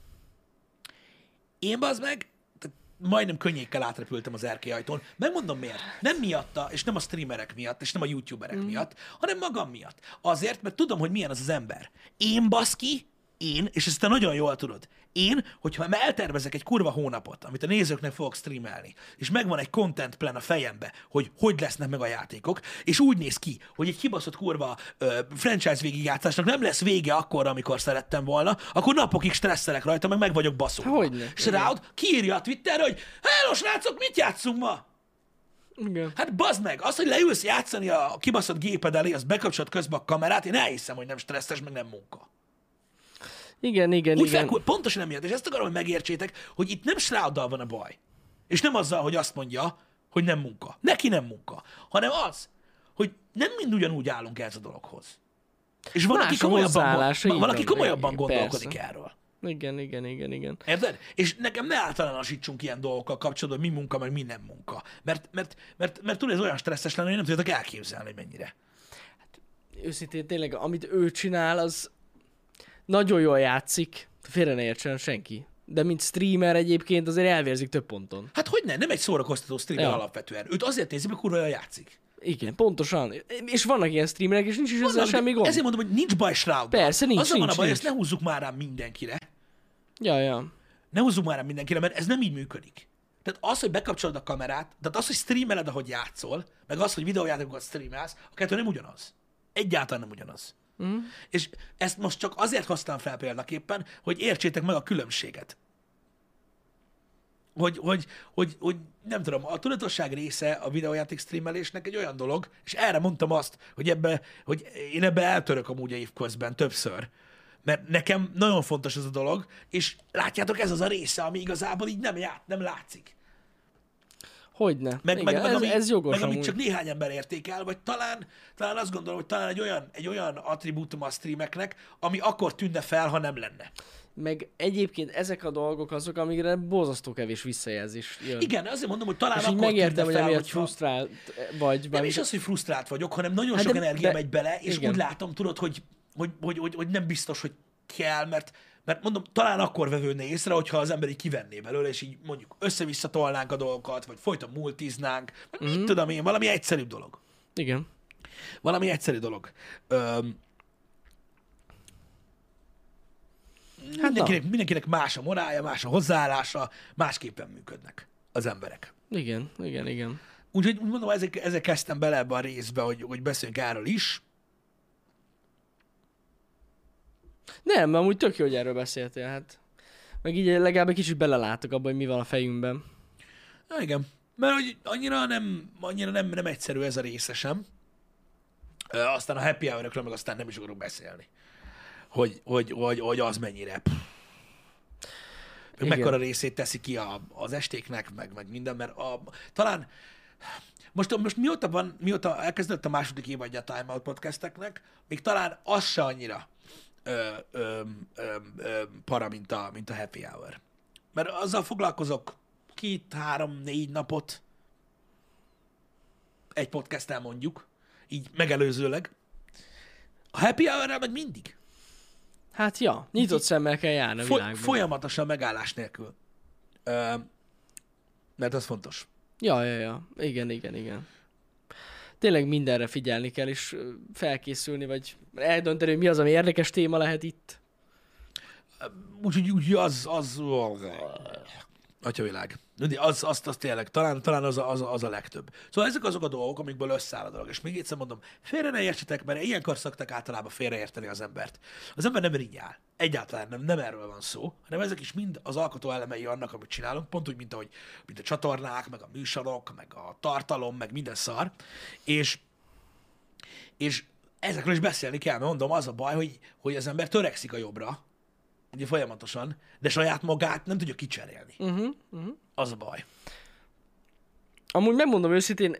Speaker 1: Én bazd meg, majdnem könnyékkel átrepültem az erkélyajtón. Megmondom miért. Nem miatta, és nem a streamerek miatt, és nem a youtuberek mm. miatt, hanem magam miatt. Azért, mert tudom, hogy milyen az az ember. Én baszki, én, és ezt te nagyon jól tudod, én, hogyha eltervezek egy kurva hónapot, amit a nézőknek fogok streamelni, és megvan egy content plan a fejembe, hogy hogy lesznek meg a játékok, és úgy néz ki, hogy egy kibaszott kurva ö, franchise végigjátszásnak nem lesz vége akkor, amikor szerettem volna, akkor napokig stresszelek rajta, meg meg vagyok baszolva.
Speaker 2: Hogyne?
Speaker 1: Shroud kiírja a Twitterre, hogy hello srácok, mit játszunk ma?
Speaker 2: Igen.
Speaker 1: Hát bazd meg, az, hogy leülsz játszani a kibaszott géped elé, az bekapcsolod közben a kamerát, én elhiszem, hogy nem stresszes, meg nem munka.
Speaker 2: Igen, igen,
Speaker 1: Úgy
Speaker 2: igen.
Speaker 1: Felkúr, pontosan emiatt, és ezt akarom, hogy megértsétek, hogy itt nem Shrouddal van a baj. És nem azzal, hogy azt mondja, hogy nem munka. Neki nem munka. Hanem az, hogy nem mind ugyanúgy állunk ez a dologhoz. És van, aki komolyabban, van, aki komolyabban gondolkodik persze. erről.
Speaker 2: Igen, igen, igen, igen.
Speaker 1: Érted? És nekem ne általánosítsunk ilyen dolgokkal kapcsolatban, hogy mi munka, meg mi nem munka. Mert, mert, mert, mert tudod, ez olyan stresszes lenne, hogy nem tudjátok elképzelni, hogy mennyire.
Speaker 2: Hát, őszintén tényleg, amit ő csinál, az nagyon jól játszik, félre ne értsen senki. De mint streamer egyébként azért elvérzik több ponton.
Speaker 1: Hát hogy ne? Nem egy szórakoztató streamer ja. alapvetően. Őt azért nézi, mert kurva jól játszik.
Speaker 2: Igen, pontosan. És vannak ilyen streamerek, és nincs is ezzel semmi gond.
Speaker 1: Ezért mondom, hogy nincs baj Shroud.
Speaker 2: Persze, nincs,
Speaker 1: Azzal
Speaker 2: nincs,
Speaker 1: van a baj,
Speaker 2: nincs.
Speaker 1: ezt ne húzzuk már rám mindenkire.
Speaker 2: Ja, ja.
Speaker 1: Ne húzzuk már rám mindenkire, mert ez nem így működik. Tehát az, hogy bekapcsolod a kamerát, tehát az, hogy streameled, ahogy játszol, meg az, hogy videójátékokat streamelsz, a kettő nem ugyanaz. Egyáltalán nem ugyanaz. Mm. És ezt most csak azért hoztam fel példaképpen, hogy értsétek meg a különbséget. Hogy, hogy, hogy, hogy nem tudom, a tudatosság része a videójáték streamelésnek egy olyan dolog, és erre mondtam azt, hogy, ebbe, hogy én ebbe eltörök amúgy a évközben többször. Mert nekem nagyon fontos ez a dolog, és látjátok, ez az a része, ami igazából így nem, ját, nem látszik.
Speaker 2: Hogyne.
Speaker 1: Meg,
Speaker 2: Igen,
Speaker 1: meg, meg,
Speaker 2: ez,
Speaker 1: ami,
Speaker 2: ez jogos
Speaker 1: meg amit
Speaker 2: amúgy.
Speaker 1: csak néhány ember értékel, vagy talán, talán azt gondolom, hogy talán egy olyan, egy olyan attribútum a streameknek, ami akkor tűnne fel, ha nem lenne.
Speaker 2: Meg egyébként ezek a dolgok azok, amikre borzasztó kevés visszajelzés jön.
Speaker 1: Igen, azért mondom, hogy talán
Speaker 2: és
Speaker 1: akkor
Speaker 2: így megértem,
Speaker 1: tűnne
Speaker 2: hogy amiért
Speaker 1: hogyha...
Speaker 2: frusztrált vagy.
Speaker 1: Nem is az, hogy frusztrált vagyok, hanem nagyon
Speaker 2: hát
Speaker 1: sok
Speaker 2: de,
Speaker 1: energia
Speaker 2: de...
Speaker 1: megy bele, és
Speaker 2: igen.
Speaker 1: úgy látom, tudod, hogy, hogy, hogy, hogy, hogy nem biztos, hogy kell, mert, mert mondom, talán akkor vevődne észre, hogyha az ember így kivenné belőle, és így mondjuk össze-visszatolnánk a dolgokat, vagy folyton multiznánk, vagy mm-hmm. mit tudom én, valami egyszerűbb dolog.
Speaker 2: Igen.
Speaker 1: Valami egyszerű dolog. Öm, hát mindenkinek, mindenkinek más a morálja, más a hozzáállása, másképpen működnek az emberek.
Speaker 2: Igen, igen, igen.
Speaker 1: Úgyhogy mondom, ezek, ezek kezdtem bele ebbe a részbe, hogy, hogy beszéljünk erről is.
Speaker 2: Nem, amúgy tök jó, hogy erről beszéltél, hát. Meg így legalább egy kicsit belelátok abba, hogy mi van a fejünkben.
Speaker 1: Na igen. Mert hogy annyira nem, annyira nem, nem egyszerű ez a része sem. Ö, aztán a happy hour-ökről meg aztán nem is akarok beszélni. Hogy, hogy, hogy, hogy az mennyire. Meg mekkora részét teszi ki a, az estéknek, meg, meg minden, mert a, talán most, most mióta, van, mióta elkezdődött a második évadja a Time Out podcasteknek, még talán az se annyira ö, ö, ö, ö, para, mint a, mint a happy hour. Mert azzal foglalkozok két, három, négy napot egy podcasttel mondjuk, így megelőzőleg. A happy hour-rel meg mindig.
Speaker 2: Hát ja, nyitott szemmel kell járni a
Speaker 1: Foly-
Speaker 2: világban.
Speaker 1: folyamatosan megállás nélkül. Ö, mert az fontos.
Speaker 2: Ja, ja, ja. Igen, igen, igen. Tényleg mindenre figyelni kell, és ö, felkészülni, vagy eldönteni, hogy mi az, ami érdekes téma lehet itt.
Speaker 1: Úgyhogy úgy, az, az, atyavilág. Az, azt, azt tényleg, talán, talán az, a, az, a, az a legtöbb. Szóval ezek azok a dolgok, amikből összeáll a dolog. És még egyszer mondom, félre ne értsetek, mert ilyenkor szoktak általában félreérteni az embert. Az ember nem így áll. Egyáltalán nem, nem erről van szó, hanem ezek is mind az alkotó elemei annak, amit csinálunk, pont úgy, mint, ahogy, mint a csatornák, meg a műsorok, meg a tartalom, meg minden szar. És, és ezekről is beszélni kell, mert mondom, az a baj, hogy, hogy az ember törekszik a jobbra, ugye folyamatosan, de saját magát nem tudja kicserélni.
Speaker 2: Uh-huh, uh-huh.
Speaker 1: Az a baj.
Speaker 2: Amúgy megmondom őszintén,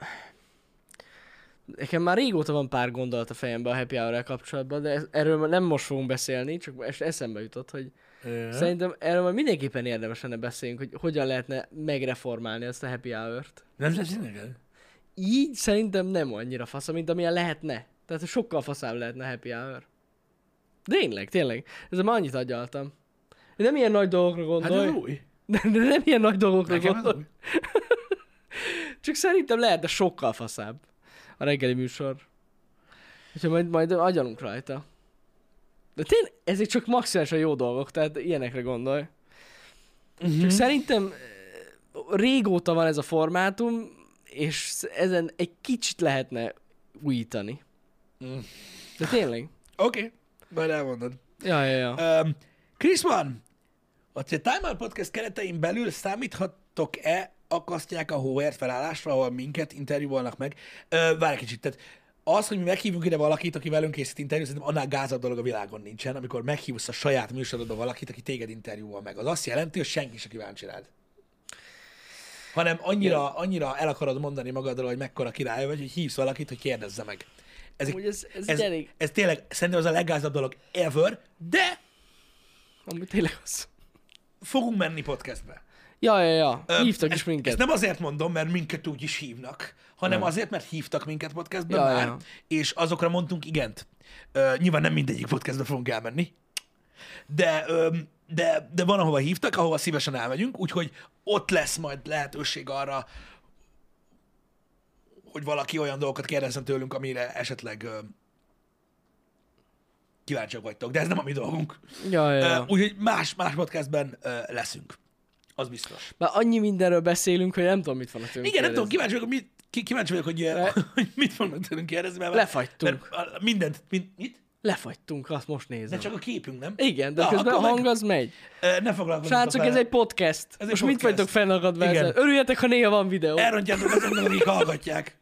Speaker 2: nekem már régóta van pár gondolat a fejemben a happy hour-rel kapcsolatban, de erről nem most fogunk beszélni, csak most eszembe jutott, hogy
Speaker 1: Yeah.
Speaker 2: szerintem erről már mindenképpen érdemes lenne beszélnünk, hogy hogyan lehetne megreformálni ezt a happy hour-t.
Speaker 1: Nem tényleg?
Speaker 2: Így szerintem nem annyira fasz, mint amilyen lehetne. Tehát sokkal faszább lehetne happy hour. Tényleg, tényleg. Ezzel már annyit agyaltam. Nem ilyen nagy dolgokra
Speaker 1: Hát
Speaker 2: gondolj.
Speaker 1: ez új.
Speaker 2: De, de nem ilyen nagy dolgokra
Speaker 1: Nekem ez
Speaker 2: gondolj.
Speaker 1: új.
Speaker 2: Csak szerintem lehetne sokkal faszább a reggeli műsor. Úgyhogy majd, majd agyalunk rajta. De tényleg, ezek csak maximálisan jó dolgok, tehát ilyenekre gondolj.
Speaker 1: Uh-huh.
Speaker 2: Csak szerintem eh, régóta van ez a formátum, és ezen egy kicsit lehetne újítani.
Speaker 1: Mm.
Speaker 2: De tényleg.
Speaker 1: Oké, okay. majd elmondod.
Speaker 2: Ja, ja, ja.
Speaker 1: Um, Chris van, a Time Out Podcast keretein belül számíthattok-e akasztják a hóért felállásra, ahol minket interjúolnak meg? Uh, várj egy kicsit, tehát az, hogy mi meghívunk ide valakit, aki velünk készít interjút, szerintem annál gázabb dolog a világon nincsen, amikor meghívsz a saját műsorodba valakit, aki téged interjúol meg. Az azt jelenti, hogy senki se kíváncsi rád. Hanem annyira, annyira el akarod mondani magadról, hogy mekkora király vagy, hogy hívsz valakit, hogy kérdezze meg. Ezek,
Speaker 2: Amúgy ez, ez,
Speaker 1: ez,
Speaker 2: elég...
Speaker 1: ez tényleg, szerintem az a leggázabb dolog ever, de
Speaker 2: Amúgy tényleg az.
Speaker 1: fogunk menni podcastbe.
Speaker 2: Ja, ja, ja.
Speaker 1: Ö,
Speaker 2: Hívtak is
Speaker 1: ezt,
Speaker 2: minket.
Speaker 1: Ezt nem azért mondom, mert minket úgy is hívnak, hanem
Speaker 2: Nem.
Speaker 1: azért, mert hívtak minket podcastbe
Speaker 2: Ja,
Speaker 1: már,
Speaker 2: ja.
Speaker 1: és azokra mondtunk igent. Ö, nyilván nem mindegyik podcastbe fogunk elmenni, de, ö, de, de van, ahova hívtak, ahova szívesen elmegyünk, úgyhogy ott lesz majd lehetőség arra, hogy valaki olyan dolgokat kérdezzen tőlünk, amire esetleg ö, kíváncsiak vagytok, de ez nem a mi dolgunk.
Speaker 2: Ja, ja,
Speaker 1: Ö,
Speaker 2: ja.
Speaker 1: úgyhogy más, más podcastben ö, leszünk. Az biztos.
Speaker 2: Már annyi mindenről beszélünk, hogy nem tudom, mit fognak tőlünk
Speaker 1: Igen, nem tudom,
Speaker 2: kérdezni.
Speaker 1: kíváncsi vagyok, mit, ki- kíváncsi vagyok, hogy,
Speaker 2: Le-
Speaker 1: hogy mit fognak tőlünk kérdezni, mert,
Speaker 2: Lefagytunk.
Speaker 1: mert mindent, mind, mit?
Speaker 2: Lefagytunk, azt most
Speaker 1: De
Speaker 2: nézem.
Speaker 1: csak a képünk, nem?
Speaker 2: Igen, de
Speaker 1: Na,
Speaker 2: közben a
Speaker 1: akkor meg-
Speaker 2: hang az megy.
Speaker 1: Ö, Ne foglalkozzatok
Speaker 2: Srácok, ez
Speaker 1: vele.
Speaker 2: egy podcast.
Speaker 1: egy
Speaker 2: Most mit
Speaker 1: podcast.
Speaker 2: vagytok fennakadva
Speaker 1: Igen.
Speaker 2: ezzel? Örüljetek, ha néha van videó.
Speaker 1: Elrontjátok azoknak, akik hallgatják.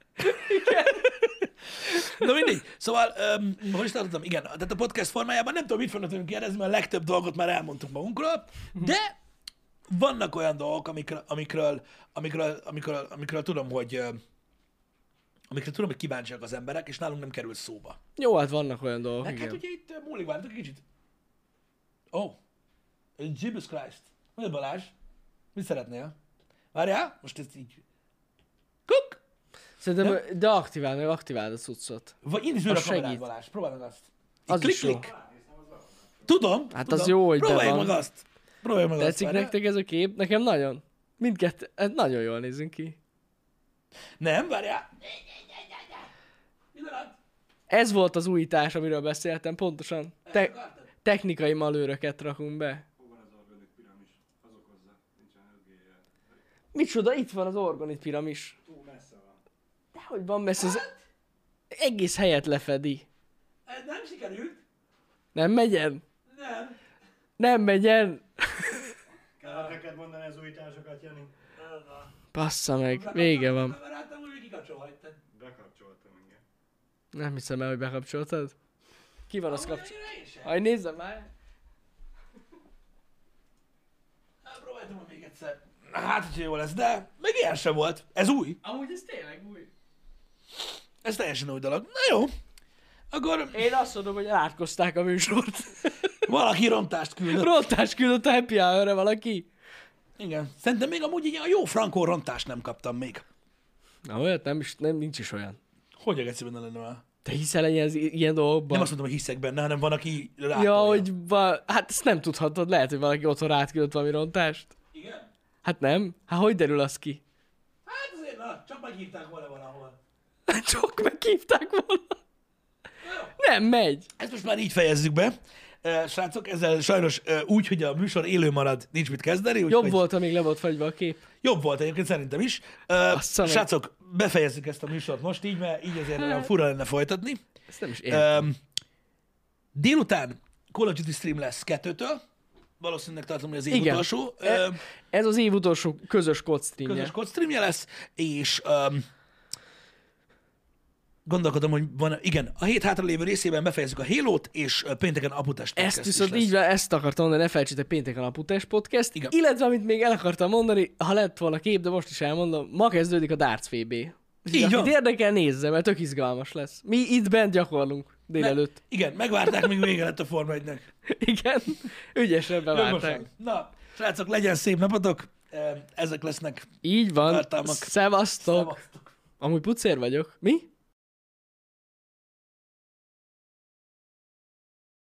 Speaker 1: Na mindegy. Szóval, um, hogy is tartottam? Igen, tehát a podcast formájában nem tudom, mit fognak tőlünk kérdezni, mert a legtöbb dolgot már elmondtuk magunkról, de vannak olyan dolgok, amikről, amikről, amikről, amikről, amikről tudom, hogy ö, amikről tudom, hogy kíváncsiak az emberek, és nálunk nem kerül szóba.
Speaker 2: Jó, hát vannak olyan dolgok,
Speaker 1: Meg hát
Speaker 2: igen.
Speaker 1: ugye itt múlik vártok egy kicsit. Ó, oh. Jesus Christ. Mondja Balázs, mit szeretnél? Várjál, most ez így. Kuk!
Speaker 2: Szerintem deaktiváld, meg aktiváld a cuccot.
Speaker 1: Vagy indítsd újra a
Speaker 2: Az
Speaker 1: kamerát,
Speaker 2: segít.
Speaker 1: Balázs. Próbáld meg azt. Így
Speaker 2: Az
Speaker 1: klik,
Speaker 2: is jó.
Speaker 1: klik. Tudom,
Speaker 2: Hát
Speaker 1: tudom.
Speaker 2: az jó, hogy be
Speaker 1: Próbáljuk
Speaker 2: van.
Speaker 1: meg azt. Próbáljuk meg azt.
Speaker 2: Tetszik
Speaker 1: várjál.
Speaker 2: nektek ez a kép? Nekem nagyon. Mindkettő, hát nagyon jól nézünk ki.
Speaker 1: Nem, várjál. Pillanat.
Speaker 2: Ez volt az újítás, amiről beszéltem, pontosan. Te- technikai malőröket rakunk be.
Speaker 3: Hol van az organik piramis? Az okozza, nincsen ögéje.
Speaker 2: Micsoda, itt van az organit piramis.
Speaker 3: Túl messze van.
Speaker 2: Dehogy van messze, ez egész helyet lefedi.
Speaker 1: Ez nem sikerült.
Speaker 2: Nem megyen?
Speaker 1: Nem.
Speaker 2: Nem megyen.
Speaker 4: Lehet neked mondani az újításokat, Jani.
Speaker 2: Bassza meg, vége van.
Speaker 1: Kameráltam, hogy kikapcsolhattad.
Speaker 3: Bekapcsoltam, igen.
Speaker 2: Nem hiszem el, hogy bekapcsoltad. Ki van az
Speaker 1: Amúgy
Speaker 2: kapcsol?
Speaker 1: annyira én sem.
Speaker 2: Aj, nézzem már.
Speaker 1: Hát, próbáltam még egyszer. Hát, hogyha jó lesz, de még ilyen sem volt. Ez új.
Speaker 2: Amúgy ez tényleg új.
Speaker 1: Ez teljesen új dolog. Na jó. Akkor
Speaker 2: Én azt mondom, hogy átkozták a műsort.
Speaker 1: valaki rontást küldött.
Speaker 2: Rontás küldött a happy hour-re valaki.
Speaker 1: Igen. Szerintem még amúgy ilyen a jó frankó rontást nem kaptam még.
Speaker 2: Na, olyat nem is, nem, nincs is olyan.
Speaker 1: Hogy a geci benne lenne már?
Speaker 2: Te hiszel ilyen, ilyen dolgokban?
Speaker 1: Nem azt mondom, hogy hiszek benne, hanem van, aki rátolja.
Speaker 2: Ja, hogy va- hát ezt nem tudhatod, lehet, hogy valaki otthon átküldött valami rontást.
Speaker 1: Igen?
Speaker 2: Hát nem? Hát hogy derül az ki?
Speaker 1: Hát azért, na, csak meghívták volna valahol.
Speaker 2: Csak meghívták volna. Nem megy.
Speaker 1: Ezt most már így fejezzük be. Uh, srácok, ezzel sajnos uh, úgy, hogy a műsor élő marad, nincs mit kezdeni. Úgy,
Speaker 2: Jobb
Speaker 1: hogy
Speaker 2: volt, amíg le volt fagyva a kép.
Speaker 1: Jobb volt egyébként szerintem is. Uh,
Speaker 2: Assza meg.
Speaker 1: srácok, befejezzük ezt a műsort most így, mert így azért olyan fura lenne folytatni.
Speaker 2: Ezt nem is értem.
Speaker 1: Um, délután Call of Duty stream lesz kettőtől. Valószínűleg tartom, hogy az év
Speaker 2: Igen.
Speaker 1: utolsó.
Speaker 2: E-
Speaker 1: Um,
Speaker 2: Ez az év utolsó közös kod streamje.
Speaker 1: közös kod streamje lesz, és um, gondolkodom, hogy van, igen, a hét hátralévő részében befejezzük a Halo-t, és uh, pénteken Aputest podcast
Speaker 2: Ezt
Speaker 1: is
Speaker 2: viszont
Speaker 1: lesz.
Speaker 2: így van, ezt akartam mondani, ne felejtsétek pénteken a Putás Podcast.
Speaker 1: Igen.
Speaker 2: Illetve, amit még el akartam mondani, ha lett volna kép, de most is elmondom, ma kezdődik a Darts vé bé.
Speaker 1: Így
Speaker 2: Akit
Speaker 1: van.
Speaker 2: érdekel, nézze, mert tök izgalmas lesz. Mi itt bent gyakorlunk délelőtt.
Speaker 1: Igen, megvárták, míg vége lett a Forma egynek.
Speaker 2: Igen, ügyesen bevárták.
Speaker 1: Jogosan. Na, srácok, legyen szép napotok. Ezek lesznek.
Speaker 2: Így van.
Speaker 1: Tartalmak.
Speaker 2: Szevasztok.
Speaker 1: Szevasztok.
Speaker 2: Amúgy pucér vagyok. Mi?